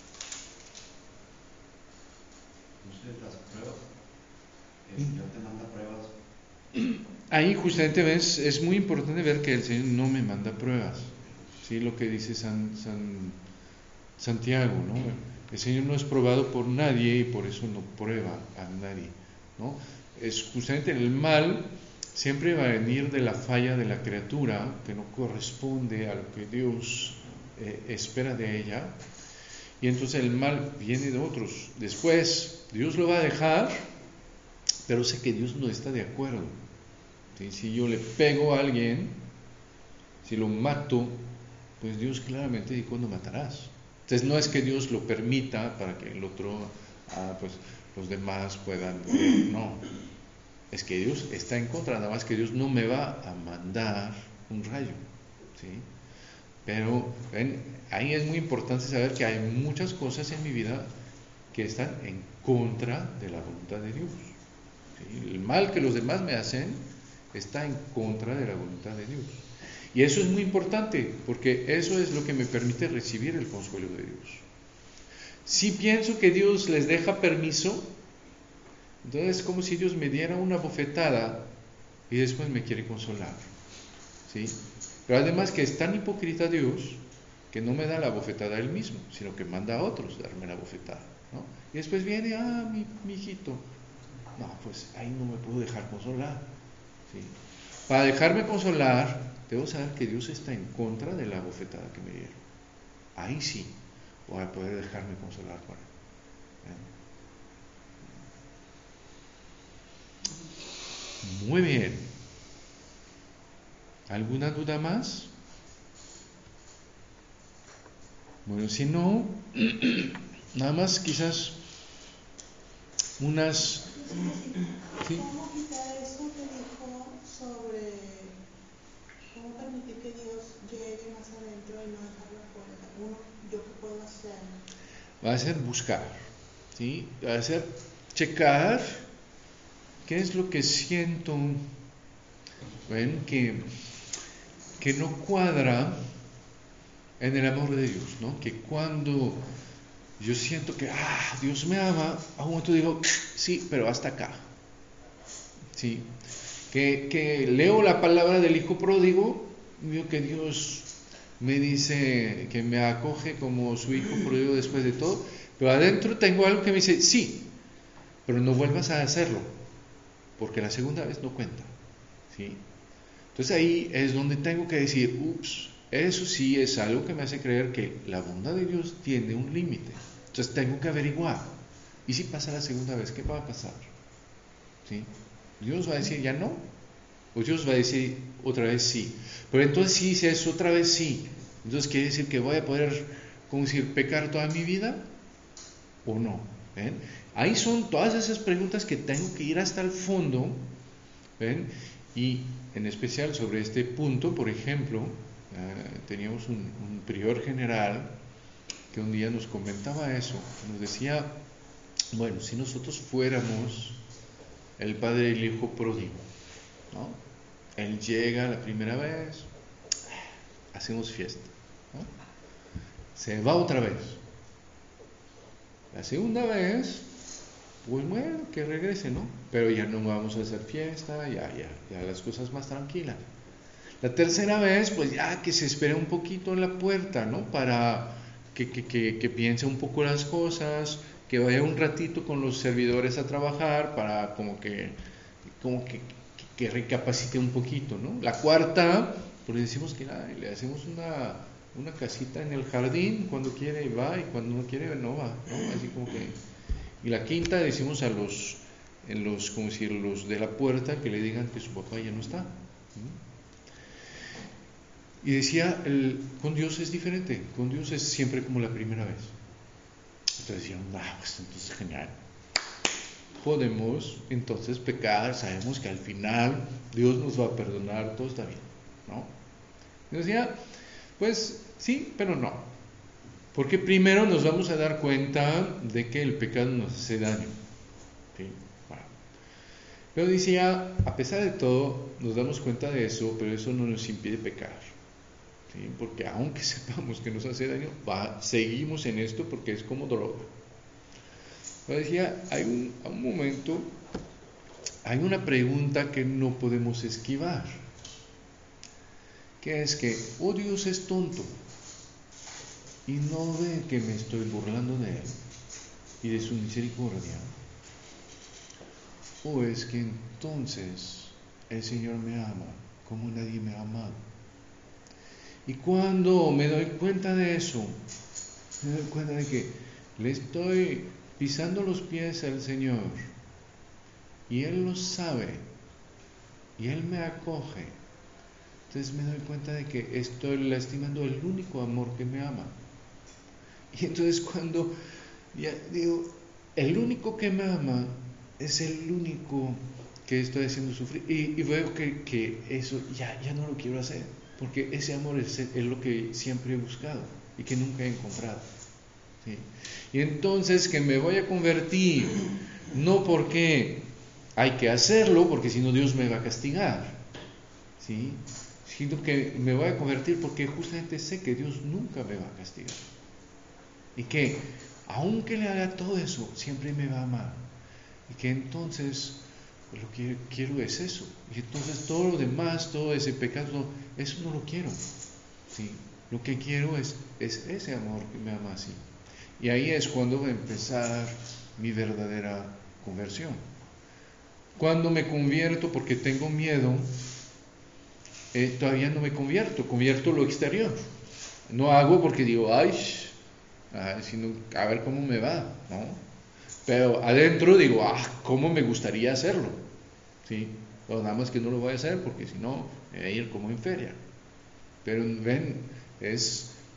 No sé, las pruebas. El Señor te manda pruebas. Ahí justamente ves, es muy importante ver que el Señor no me manda pruebas. ¿Sí? Lo que dice San, San Santiago, ¿no? El Señor no es probado por nadie y por eso no prueba a nadie, ¿no? Es justamente el mal siempre va a venir de la falla de la criatura que no corresponde a lo que Dios eh, espera de ella, y entonces el mal viene de otros. Después Dios lo va a dejar, pero sé que Dios no está de acuerdo, ¿sí? Si yo le pego a alguien, si lo mato, pues Dios claramente dijo, no matarás. Entonces no es que Dios lo permita para que el otro, ah, pues los demás puedan morir, no. Es que Dios está en contra, nada más que Dios no me va a mandar un rayo, ¿sí? Pero ven, ahí es muy importante saber que hay muchas cosas en mi vida que están en contra de la voluntad de Dios, ¿sí? El mal que los demás me hacen está en contra de la voluntad de Dios. Y eso es muy importante, porque eso es lo que me permite recibir el consuelo de Dios. Si pienso que Dios les deja permiso, entonces es como si Dios me diera una bofetada y después me quiere consolar, ¿sí? Pero además que es tan hipócrita Dios que no me da la bofetada Él mismo, sino que manda a otros darme la bofetada, ¿no? Y después viene, ah, mi, mi hijito. No, pues ahí no me puedo dejar consolar, ¿sí? Para dejarme consolar, debo saber que Dios está en contra de la bofetada que me dieron. Ahí sí voy a poder dejarme consolar por Él. ¿Eh? Muy bien. ¿Alguna duda más? Bueno, si no, nada más quizás unas... ¿sí? ¿Cómo quitar eso que dijo sobre cómo permitir que Dios llegue más adentro y no dejarlo afuera? Uno, ¿yo qué puedo hacer? Va a ser buscar, ¿sí? Va a ser checar qué es lo que siento, ¿ven? Que, que no cuadra en el amor de Dios, ¿no? Que cuando yo siento que, ah, Dios me ama, a un momento digo, sí, pero hasta acá, ¿sí? Que, que leo la palabra del hijo pródigo, veo que Dios me dice que me acoge como su hijo pródigo después de todo, pero adentro tengo algo que me dice, sí, pero no vuelvas a hacerlo, porque la segunda vez no cuenta, ¿sí? Entonces ahí es donde tengo que decir, ups, eso sí es algo que me hace creer que la bondad de Dios tiene un límite. Entonces tengo que averiguar. ¿Y si pasa la segunda vez? ¿Qué va a pasar? ¿Sí? Dios va a decir ya no. O Dios va a decir otra vez sí. Pero entonces si es otra vez sí, entonces quiere decir que voy a poder, ¿cómo decir?, pecar toda mi vida o no. ¿Ven? Ahí son todas esas preguntas que tengo que ir hasta el fondo. ¿Ven? Y en especial sobre este punto, por ejemplo, eh, teníamos un, un prior general que un día nos comentaba eso, nos decía, bueno, si nosotros fuéramos el padre y el hijo pródigo, ¿no? Él llega la primera vez, hacemos fiesta, ¿no? Se va otra vez, la segunda vez, pues bueno, que regrese, ¿no? Pero ya no vamos a hacer fiesta, ya, ya, ya las cosas más tranquilas. La tercera vez, pues ya que se espere un poquito en la puerta, ¿no? Para que, que, que, que piense un poco las cosas, que vaya un ratito con los servidores a trabajar para como que, como que, que, que recapacite un poquito, ¿no? La cuarta, pues le decimos que nada, le hacemos una, una casita en el jardín, cuando quiere va y cuando no quiere no va, ¿no? Así como que... Y la quinta decimos a los, en los, como decir, los de la puerta que le digan que su papá ya no está. ¿Mm? Y decía, el, con Dios es diferente, con Dios es siempre como la primera vez. Entonces decían, ah, pues entonces genial. Podemos entonces pecar, sabemos que al final Dios nos va a perdonar, todo está bien, ¿no? Y decía, pues sí, pero no. Porque primero nos vamos a dar cuenta de que el pecado nos hace daño. ¿Sí? Bueno. Pero decía, a pesar de todo, nos damos cuenta de eso, pero eso no nos impide pecar. ¿Sí? Porque aunque sepamos que nos hace daño, va, seguimos en esto porque es como droga. Pero decía, hay un, a un momento, hay una pregunta que no podemos esquivar, que es que, oh, Dios es tonto y no ve que me estoy burlando de Él y de su misericordia, o es que entonces el Señor me ama como nadie me ha amado. Y cuando me doy cuenta de eso, me doy cuenta de que le estoy pisando los pies al Señor y Él lo sabe y Él me acoge, entonces me doy cuenta de que estoy lastimando el único amor que me ama. Y entonces cuando ya digo, el único que me ama es el único que estoy haciendo sufrir, y, y veo que, que eso ya, ya no lo quiero hacer, porque ese amor es, es lo que siempre he buscado y que nunca he encontrado. ¿Sí? Y entonces que me voy a convertir, no porque hay que hacerlo, porque si no Dios me va a castigar, ¿sí? Sino que me voy a convertir porque justamente sé que Dios nunca me va a castigar. Y que, aunque le haga todo eso, siempre me va a amar. Y que entonces, pues lo que quiero es eso. Y entonces todo lo demás, todo ese pecado, eso no lo quiero. ¿Sí? Lo que quiero es, es ese amor que me ama así. Y ahí es cuando va a empezar mi verdadera conversión. Cuando me convierto porque tengo miedo, eh, todavía no me convierto, convierto lo exterior. No hago porque digo, ay, ay, sino a ver cómo me va, ¿no? Pero adentro digo, ah, cómo me gustaría hacerlo, ¿sí? Pero nada más que no lo voy a hacer porque si no, me voy a ir como en feria. Pero ven, es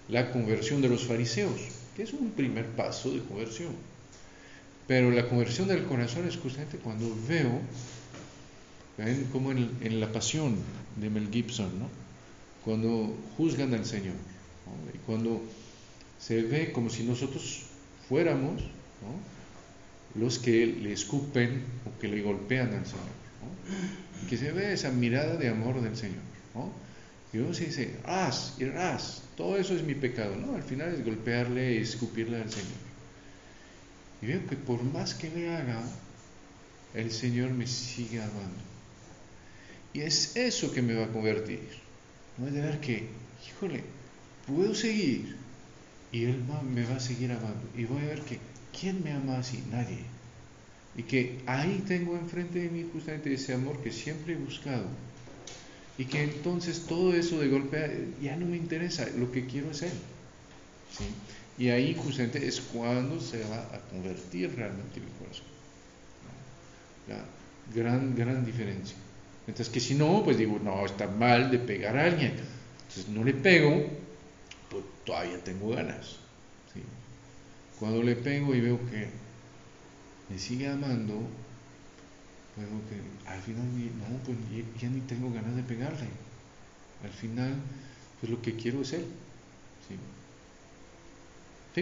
la conversión de los fariseos, que es un primer paso de conversión. Pero la conversión del corazón es justamente cuando veo, ¿ven? Como en, en La Pasión de Mel Gibson, ¿no? Cuando juzgan al Señor, ¿no? Y cuando se ve como si nosotros fuéramos, ¿no?, los que le escupen o que le golpean al Señor, ¿no? Que se ve esa mirada de amor del Señor, ¿no? Y uno se dice, ras y ras, todo eso es mi pecado, ¿no? Al final es golpearle y escupirle al Señor. Y veo que por más que le haga, el Señor me sigue amando. Y es eso que me va a convertir, ¿no? Es de ver que, híjole, puedo seguir y Él va, me va a seguir amando. Y voy a ver que, ¿quién me ama así? Nadie. Y que ahí tengo enfrente de mí justamente ese amor que siempre he buscado. Y que entonces todo eso de golpe ya no me interesa, lo que quiero es Él, ¿sí? Y ahí justamente es cuando se va a convertir realmente mi corazón, ¿no? La gran, gran diferencia. Mientras que si no, pues digo, no, está mal de pegar a alguien, entonces no le pego, pues todavía tengo ganas, ¿sí? Cuando le pego y veo que me sigue amando, pues veo que al final, no, pues ya, ya ni tengo ganas de pegarle. Al final, pues lo que quiero es Él, ¿sí? ¿Sí?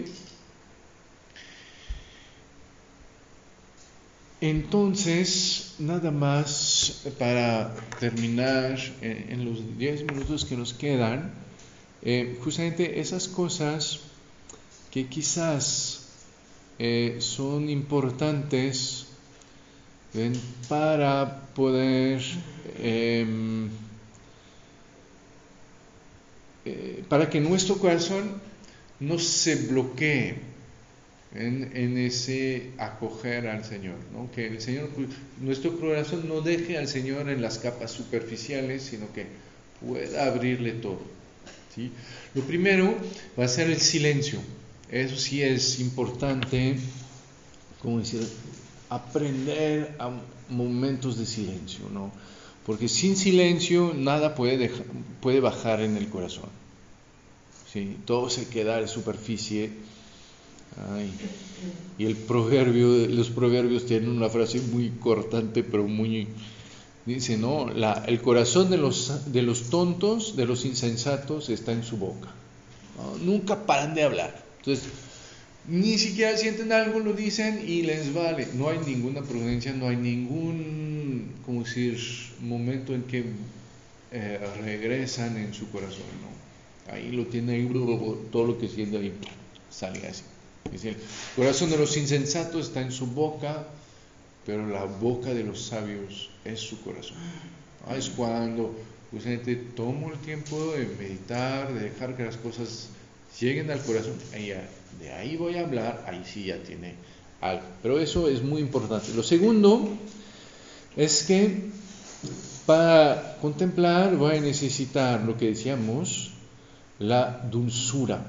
Entonces, nada más para terminar en, en los diez minutos que nos quedan, eh, justamente esas cosas que quizás eh, son importantes, ¿ven?, para poder eh, eh, para que nuestro corazón no se bloquee en, en ese acoger al Señor, ¿no? Que el Señor, nuestro corazón no deje al Señor en las capas superficiales, sino que pueda abrirle todo, ¿sí? Lo primero va a ser el silencio. Eso sí es importante, ¿cómo decir?, aprender a momentos de silencio, ¿no? Porque sin silencio nada puede, dejar, puede bajar en el corazón, ¿sí? Todo se queda en superficie. Ay. Y el proverbio, los proverbios tienen una frase muy cortante, pero muy, dice, ¿no? La, el corazón de los, de los tontos, de los insensatos, está en su boca, ¿no? Nunca paran de hablar. Entonces, ni siquiera sienten algo, lo dicen y les vale. No hay ninguna prudencia, no hay ningún, ¿cómo decir?, momento en que eh, regresan en su corazón, ¿no? Ahí lo tienen, todo lo que siente ahí sale así. Dice, el corazón de los insensatos está en su boca, pero la boca de los sabios es su corazón. ¿No? Es cuando justamente tomo el tiempo de meditar, de dejar que las cosas lleguen al corazón, y ya, de ahí voy a hablar, ahí sí ya tiene algo. Pero eso es muy importante. Lo segundo es que para contemplar voy a necesitar lo que decíamos, la dulzura.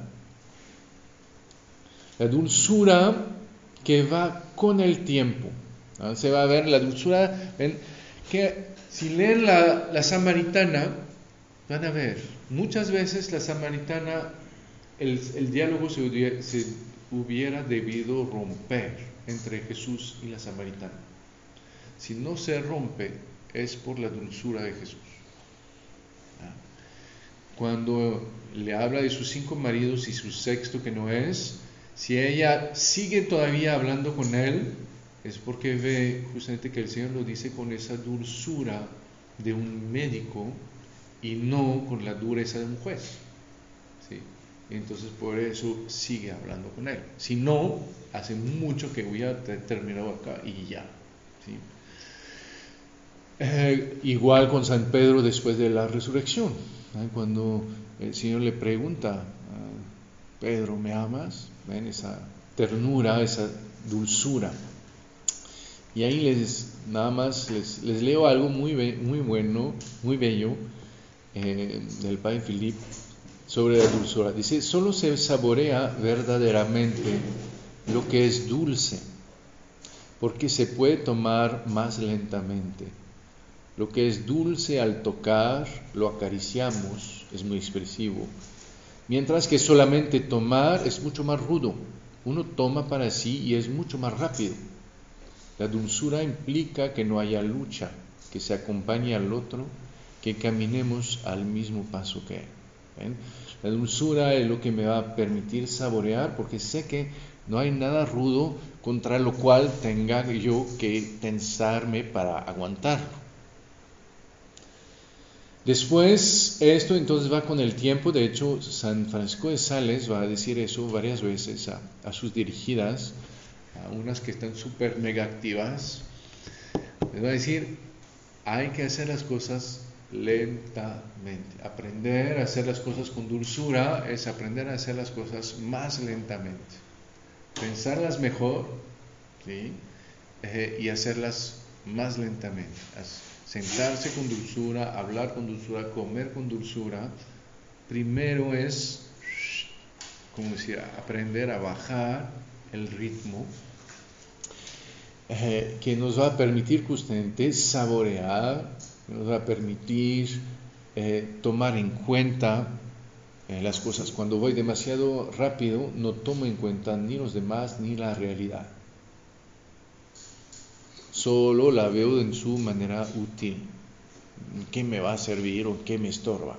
La dulzura que va con el tiempo, ¿no? Se va a ver la dulzura, ¿ven? Que si leen la, la Samaritana, van a ver, muchas veces la Samaritana, el, el diálogo se hubiera, se hubiera debido romper entre Jesús y la Samaritana. Si no se rompe, es por la dulzura de Jesús. Cuando le habla de sus cinco maridos y su sexto que no es, si ella sigue todavía hablando con él, es porque ve justamente que el Señor lo dice con esa dulzura de un médico y no con la dureza de un juez, ¿sí? Entonces por eso sigue hablando con él. Si no, hace mucho que hubiera terminado acá y ya, ¿sí? Eh, igual con San Pedro después de la resurrección, ¿eh? Cuando el Señor le pregunta, Pedro, ¿me amas? ¿Ven? Esa ternura, esa dulzura. Y ahí les, nada más les, les leo algo muy, muy bueno, muy bello, eh, del Padre Philippe sobre la dulzura. Dice, solo se saborea verdaderamente lo que es dulce, porque se puede tomar más lentamente. Lo que es dulce al tocar, lo acariciamos, es muy expresivo, Mientras que solamente tomar es mucho más rudo. Uno toma para sí y es mucho más rápido. La dulzura implica que no haya lucha, que se acompañe al otro, que caminemos al mismo paso que él. ¿Ven? La dulzura es lo que me va a permitir saborear, porque sé que no hay nada rudo contra lo cual tenga yo que tensarme para aguantarlo. Después, esto entonces va con el tiempo. De hecho, San Francisco de Sales va a decir eso varias veces a, a sus dirigidas, a unas que están súper mega activas. Les va a decir, hay que hacer las cosas lentamente. Aprender a hacer las cosas con dulzura es aprender a hacer las cosas más lentamente. Pensarlas mejor, ¿sí? eh, y hacerlas más lentamente. Sentarse con dulzura, hablar con dulzura, comer con dulzura. Primero es, como decir, aprender a bajar el ritmo, eh, que nos va a permitir justamente saborear, que nos va a permitir eh, tomar en cuenta eh, las cosas. Cuando voy demasiado rápido, no tomo en cuenta ni los demás ni la realidad. Solo la veo en su manera útil. ¿Qué me va a servir o qué me estorba?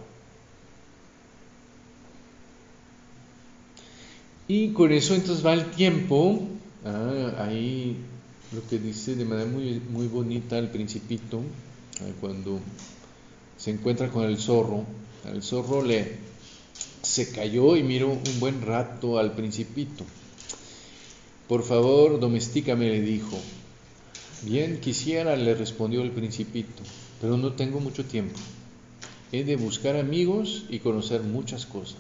Y con eso entonces va el tiempo. Ah, ahí lo que dice de manera muy, muy bonita el Principito, ah, cuando se encuentra con el zorro. El zorro le se cayó y miró un buen rato al Principito. Por favor, domestícame, le dijo. Bien quisiera, le respondió el Principito, pero no tengo mucho tiempo. He de buscar amigos y conocer muchas cosas.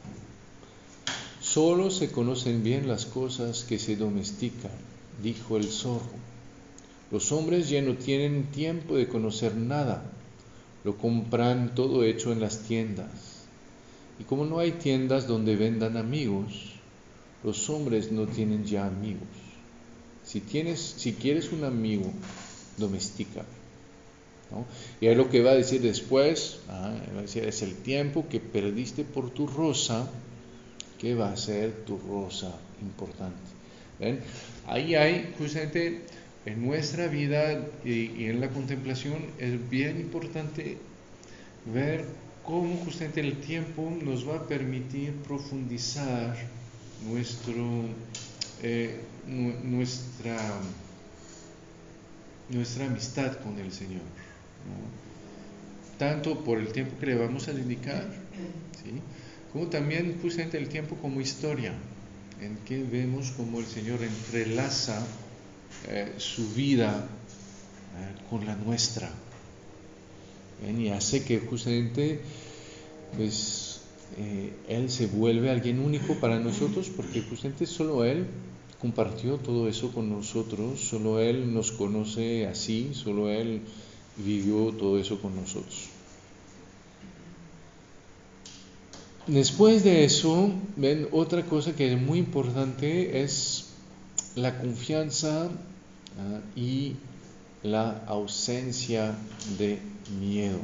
Solo se conocen bien las cosas que se domestican, dijo el zorro. Los hombres ya no tienen tiempo de conocer nada. Lo compran todo hecho en las tiendas. Y como no hay tiendas donde vendan amigos, los hombres no tienen ya amigos. Si tienes, si quieres un amigo, domestícame, ¿no? Y ahí lo que va a decir después, ah, va a decir, es el tiempo que perdiste por tu rosa, que va a ser tu rosa importante. ¿Ven? Ahí hay justamente en nuestra vida y, y en la contemplación es bien importante ver cómo justamente el tiempo nos va a permitir profundizar nuestro eh, nuestra nuestra amistad con el Señor, ¿no? Tanto por el tiempo que le vamos a dedicar, ¿sí? Como también justamente el tiempo como historia, en que vemos cómo el Señor entrelaza eh, su vida eh, con la nuestra, ¿ven? Y hace que justamente pues eh, Él se vuelve alguien único para nosotros, porque justamente solo Él compartió todo eso con nosotros, solo Él nos conoce así, solo Él vivió todo eso con nosotros. Después de eso, ven, otra cosa que es muy importante es la confianza uh, y la ausencia de miedo.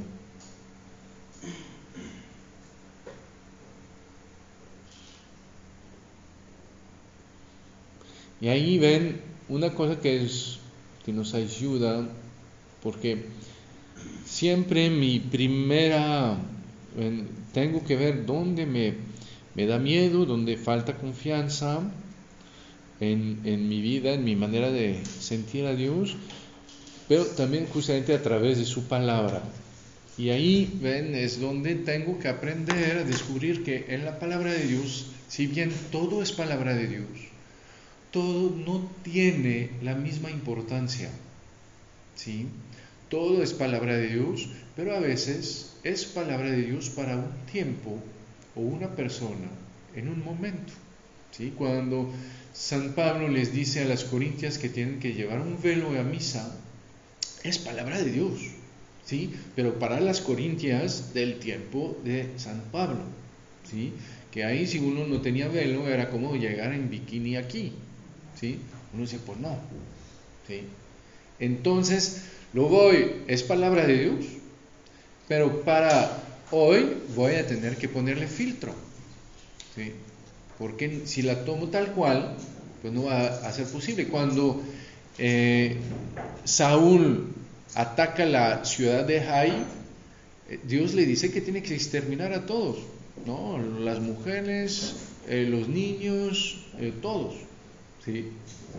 Y ahí ven una cosa que, es, que nos ayuda, porque siempre mi primera, ven, tengo que ver dónde me, me da miedo, dónde falta confianza en, en mi vida, en mi manera de sentir a Dios, pero también justamente a través de su palabra. Y ahí, ven, es donde tengo que aprender a descubrir que en la palabra de Dios, si bien todo es palabra de Dios, todo no tiene la misma importancia, ¿sí? Todo es palabra de Dios, pero a veces es palabra de Dios para un tiempo o una persona en un momento, ¿sí? Cuando San Pablo les dice a las corintias que tienen que llevar un velo a misa, es palabra de Dios, ¿sí? Pero para las corintias del tiempo de San Pablo, ¿sí? Que ahí si uno no tenía velo era como llegar en bikini aquí, ¿sí? Uno dice, pues no, ¿sí? Entonces, lo voy, es palabra de Dios, pero para hoy voy a tener que ponerle filtro, ¿sí? Porque si la tomo tal cual, pues no va a ser posible. Cuando eh, Saúl ataca la ciudad de Hai, Dios le dice que tiene que exterminar a todos, ¿no? Las mujeres, eh, los niños, eh, todos, ¿sí?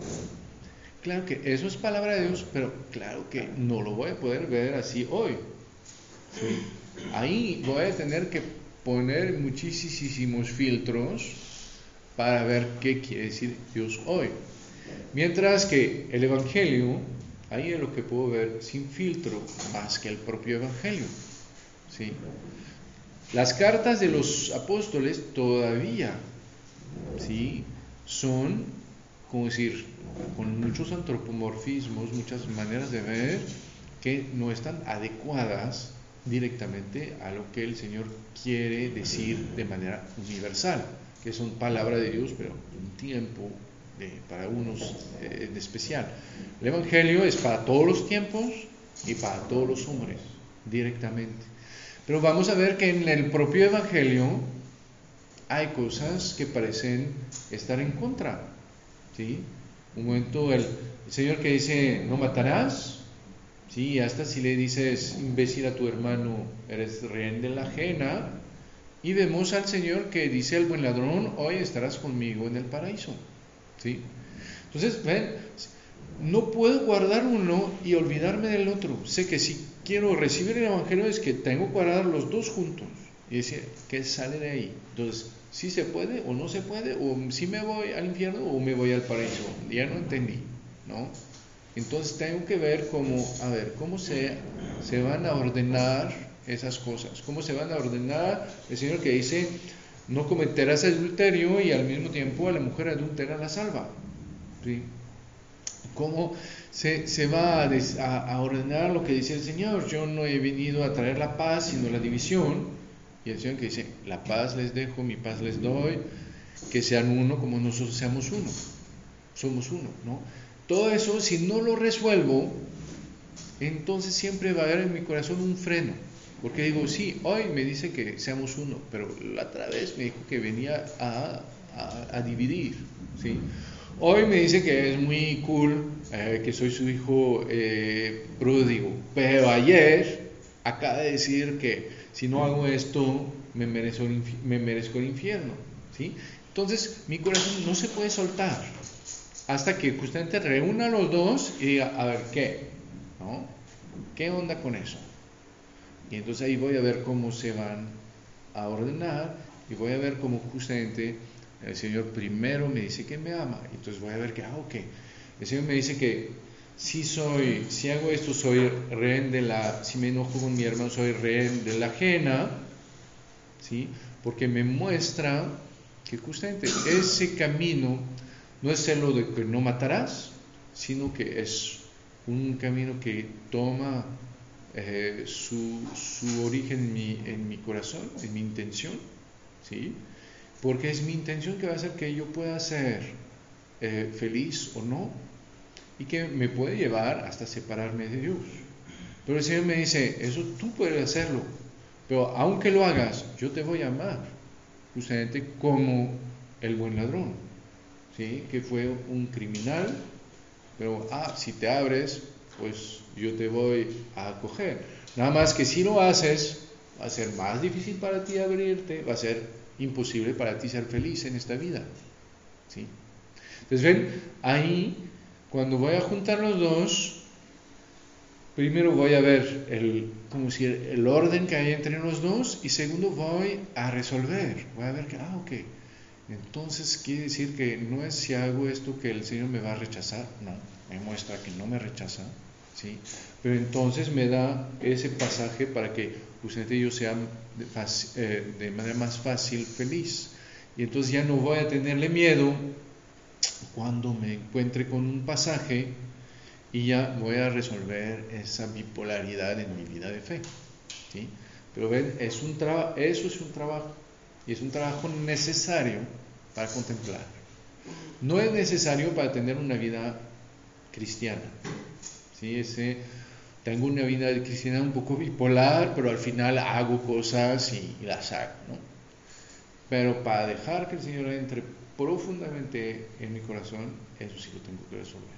Claro que eso es palabra de Dios, pero claro que no lo voy a poder ver así hoy, ¿sí? Ahí voy a tener que poner muchísimos filtros para ver qué quiere decir Dios hoy. Mientras que el Evangelio, ahí es lo que puedo ver sin filtro, más que el propio Evangelio. ¿Sí? Las cartas de los apóstoles todavía, ¿sí?, son, como decir, con muchos antropomorfismos, muchas maneras de ver que no están adecuadas directamente a lo que el Señor quiere decir de manera universal, que son palabra de Dios, pero un tiempo de, para unos eh, en especial. El Evangelio es para todos los tiempos y para todos los hombres, directamente. Pero vamos a ver que en el propio Evangelio hay cosas que parecen estar en contra, ¿sí? Un momento el, el Señor que dice, no matarás, ¿sí? Hasta si le dices, imbécil a tu hermano, eres rehén de la ajena. Y vemos al Señor que dice al buen ladrón, hoy estarás conmigo en el paraíso, ¿sí? Entonces, ven, no puedo guardar uno y olvidarme del otro. Sé que si quiero recibir el Evangelio es que tengo que guardar los dos juntos y decir, ¿qué sale de ahí? Entonces, si se puede o no se puede, o si me voy al infierno o me voy al paraíso. Ya no entendí, ¿no? Entonces tengo que ver cómo, a ver, cómo se, se van a ordenar esas cosas, cómo se van a ordenar el Señor que dice, no cometerás adulterio y al mismo tiempo a la mujer adúltera la salva, ¿sí? Cómo se, se va a, des, a, a ordenar lo que dice el Señor, yo no he venido a traer la paz sino la división, y el Señor que dice, la paz les dejo, mi paz les doy, que sean uno como nosotros seamos uno, somos uno, ¿no? Todo eso, si no lo resuelvo, entonces siempre va a haber en mi corazón un freno, porque digo, sí, hoy me dice que seamos uno, pero la otra vez me dijo que venía a, a, a dividir, ¿sí? Hoy me dice que es muy cool, eh, que soy su hijo eh, pródigo, pero ayer acaba de decir que si no hago esto me merezco el, infi- me merezco el infierno, ¿sí? Entonces mi corazón no se puede soltar hasta que justamente reúna a los dos y diga, a ver, ¿qué? ¿No? ¿Qué onda con eso? Y entonces ahí voy a ver cómo se van a ordenar y voy a ver cómo justamente el Señor primero me dice que me ama. Entonces voy a ver que, ah, ok. El Señor me dice que si soy, si hago esto, soy rehén de la, si me enojo con mi hermano, soy rehén de la ajena, ¿sí? Porque me muestra que justamente ese camino no es el de que no matarás, sino que es un camino que toma eh, su, su origen en mi, en mi corazón, en mi intención, ¿sí? Porque es mi intención que va a hacer que yo pueda ser eh, feliz o no, y que me puede llevar hasta separarme de Dios. Pero el Señor me dice, eso tú puedes hacerlo, pero aunque lo hagas, yo te voy a amar, justamente como el buen ladrón, ¿sí? Que fue un criminal, pero ah, si te abres, pues yo te voy a acoger. Nada más que si lo haces, va a ser más difícil para ti abrirte, va a ser imposible para ti ser feliz en esta vida, ¿sí? Entonces ven, ahí cuando voy a juntar los dos, primero voy a ver el, como decir, el orden que hay entre los dos, y segundo voy a resolver, voy a ver que, ah, ok, entonces quiere decir que no es si hago esto que el Señor me va a rechazar, no, me muestra que no me rechaza, ¿sí? Pero entonces me da ese pasaje para que justamente yo sea de, fácil, eh, de manera más fácil feliz, y entonces ya no voy a tenerle miedo cuando me encuentre con un pasaje y ya voy a resolver esa bipolaridad en mi vida de fe, ¿sí? Pero ven, es un traba- eso es un trabajo, y es un trabajo necesario para contemplar. No es necesario para tener una vida cristiana, ¿sí? Ese, tengo una vida cristiana un poco bipolar, pero al final hago cosas y, y las hago, ¿no? Pero para dejar que el Señor entre profundamente en mi corazón, eso sí lo tengo que resolver.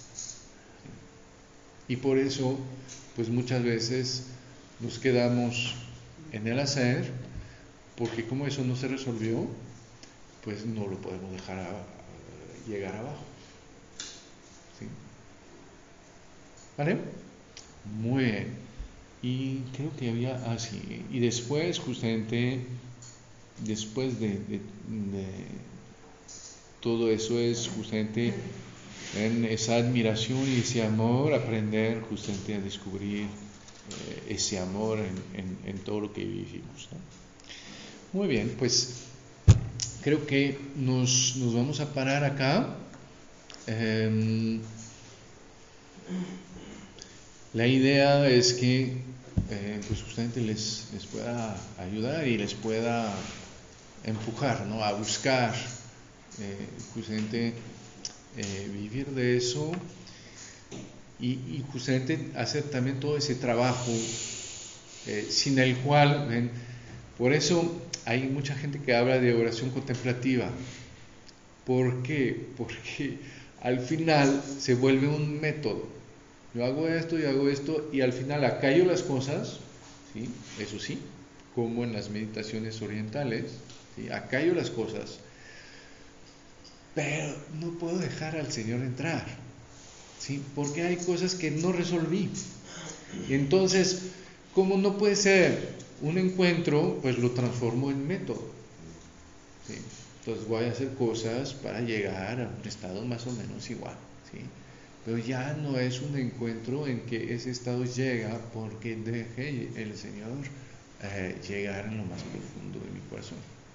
Y por eso, pues muchas veces nos quedamos en el hacer, porque como eso no se resolvió, pues no lo podemos dejar a, a llegar abajo. ¿Sí? ¿Vale? Muy bien. Y creo que había así. Ah, y después, justamente, después de, de, de todo eso, es justamente en esa admiración y ese amor, aprender justamente a descubrir eh, ese amor en, en, en todo lo que vivimos, ¿no? Muy bien, pues creo que nos, nos vamos a parar acá. Eh, la idea es que eh, pues justamente les, les pueda ayudar y les pueda empujar, ¿no?, a buscar eh, justamente eh, vivir de eso y, y justamente hacer también todo ese trabajo eh, sin el cual, ¿ven? Por eso hay mucha gente que habla de oración contemplativa. ¿Por qué? Porque al final se vuelve un método. Yo hago esto, yo hago esto, y al final acallo las cosas, ¿sí? Eso sí, como en las meditaciones orientales, ¿sí? Acallo las cosas, pero no puedo dejar al Señor entrar, ¿sí? Porque hay cosas que no resolví. Y entonces, como no puede ser un encuentro, pues lo transformo en método, ¿sí? Entonces voy a hacer cosas para llegar a un estado más o menos igual, ¿sí? Pero ya no es un encuentro en que ese estado llega porque deje el Señor eh, llegar en lo más profundo de mi corazón,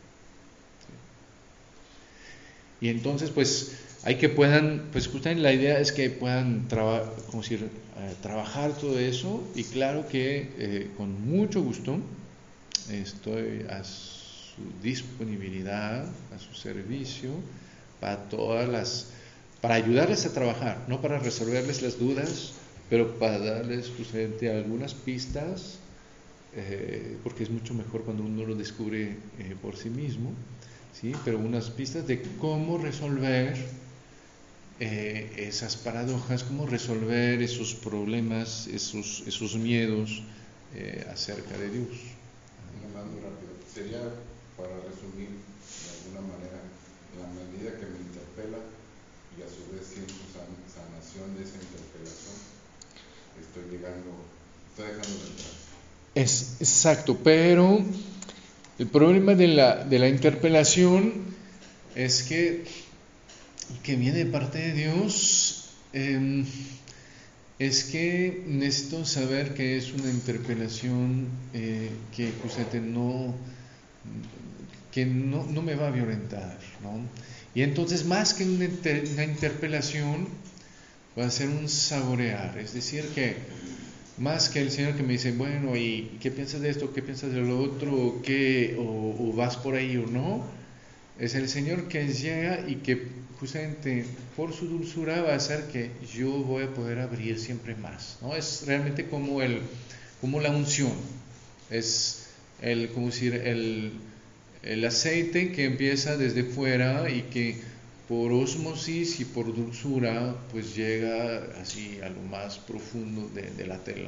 ¿sí? Y entonces pues hay que puedan, pues justamente la idea es que puedan traba, como decir, eh, trabajar todo eso, y claro que eh, con mucho gusto estoy a su disponibilidad, a su servicio, para todas las, para ayudarles a trabajar, no para resolverles las dudas, pero para darles justamente algunas pistas, eh, porque es mucho mejor cuando uno lo descubre eh, por sí mismo, ¿sí? Pero unas pistas de cómo resolver eh, esas paradojas, cómo resolver esos problemas, esos, esos miedos eh, acerca de Dios. Muy rápido. Sería, para resumir de alguna manera, en la medida que me interpela y a su vez siento san, sanación de esa interpelación, estoy llegando, estoy dejando de entrar. Es exacto, pero el problema de la, de la interpelación es que, que viene de parte de Dios, eh, es que necesito saber que es una interpelación eh, que justamente no, que no, no me va a violentar, ¿no? Y entonces, más que una, inter, una interpelación, va a ser un saborear, es decir, que más que el Señor que me dice, bueno, ¿y qué piensas de esto? ¿Qué piensas de lo otro? ¿Qué? O, o vas por ahí o no. Es el Señor que llega y que justamente por su dulzura va a hacer que yo voy a poder abrir siempre más, ¿no? Es realmente como el, como la unción, es el, como decir, el, el aceite que empieza desde fuera y que por ósmosis y por dulzura pues llega así a lo más profundo de, de la tela,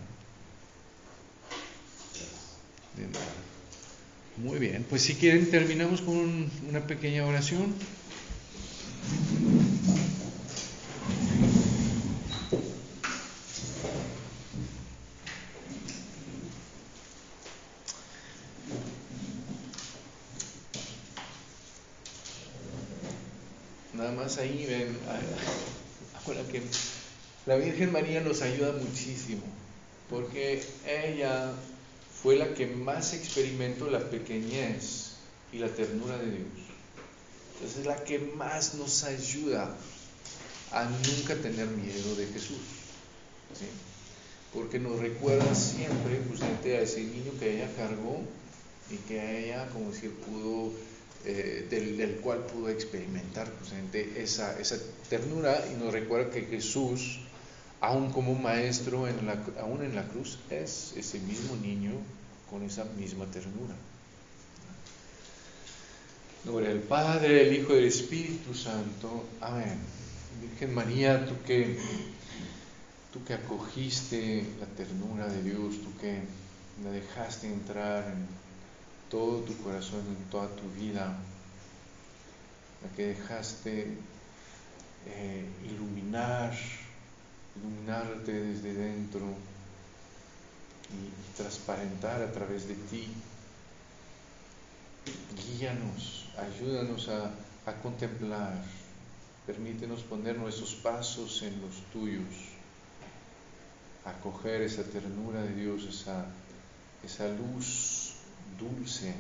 ¿no? De nada. Muy bien, pues si quieren terminamos con un, una pequeña oración. Nada más ahí ven, ahora que la Virgen María nos ayuda muchísimo, porque ella fue la que más experimentó la pequeñez y la ternura de Dios. Entonces es la que más nos ayuda a nunca tener miedo de Jesús, ¿sí? Porque nos recuerda siempre justamente a ese niño que ella cargó y que ella, como decir, pudo, eh, del, del cual pudo experimentar justamente esa, esa ternura, y nos recuerda que Jesús, aún como maestro, en la, aún en la cruz, es ese mismo niño con esa misma ternura. En nombre del Padre, del Hijo y del Espíritu Santo. Amén. Virgen María, tú que, tú que acogiste la ternura de Dios, tú que la dejaste entrar en todo tu corazón, en toda tu vida, la que dejaste eh, iluminar, iluminarte desde dentro y transparentar a través de ti. Guíanos, ayúdanos a, a contemplar, permítenos poner nuestros pasos en los tuyos, acoger esa ternura de Dios, esa, esa luz dulce.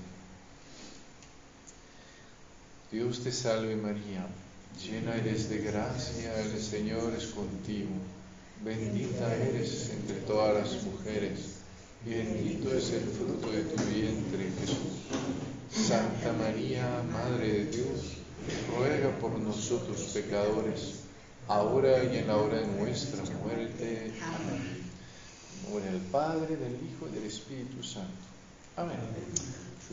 Dios te salve María, llena eres de gracia, el Señor es contigo, bendita eres entre todas las mujeres, y bendito es el fruto de tu vientre, Jesús. Santa María, Madre de Dios, ruega por nosotros pecadores, ahora y en la hora de nuestra muerte. Amén. En nombre del Padre, del Hijo y del Espíritu Santo. Amén.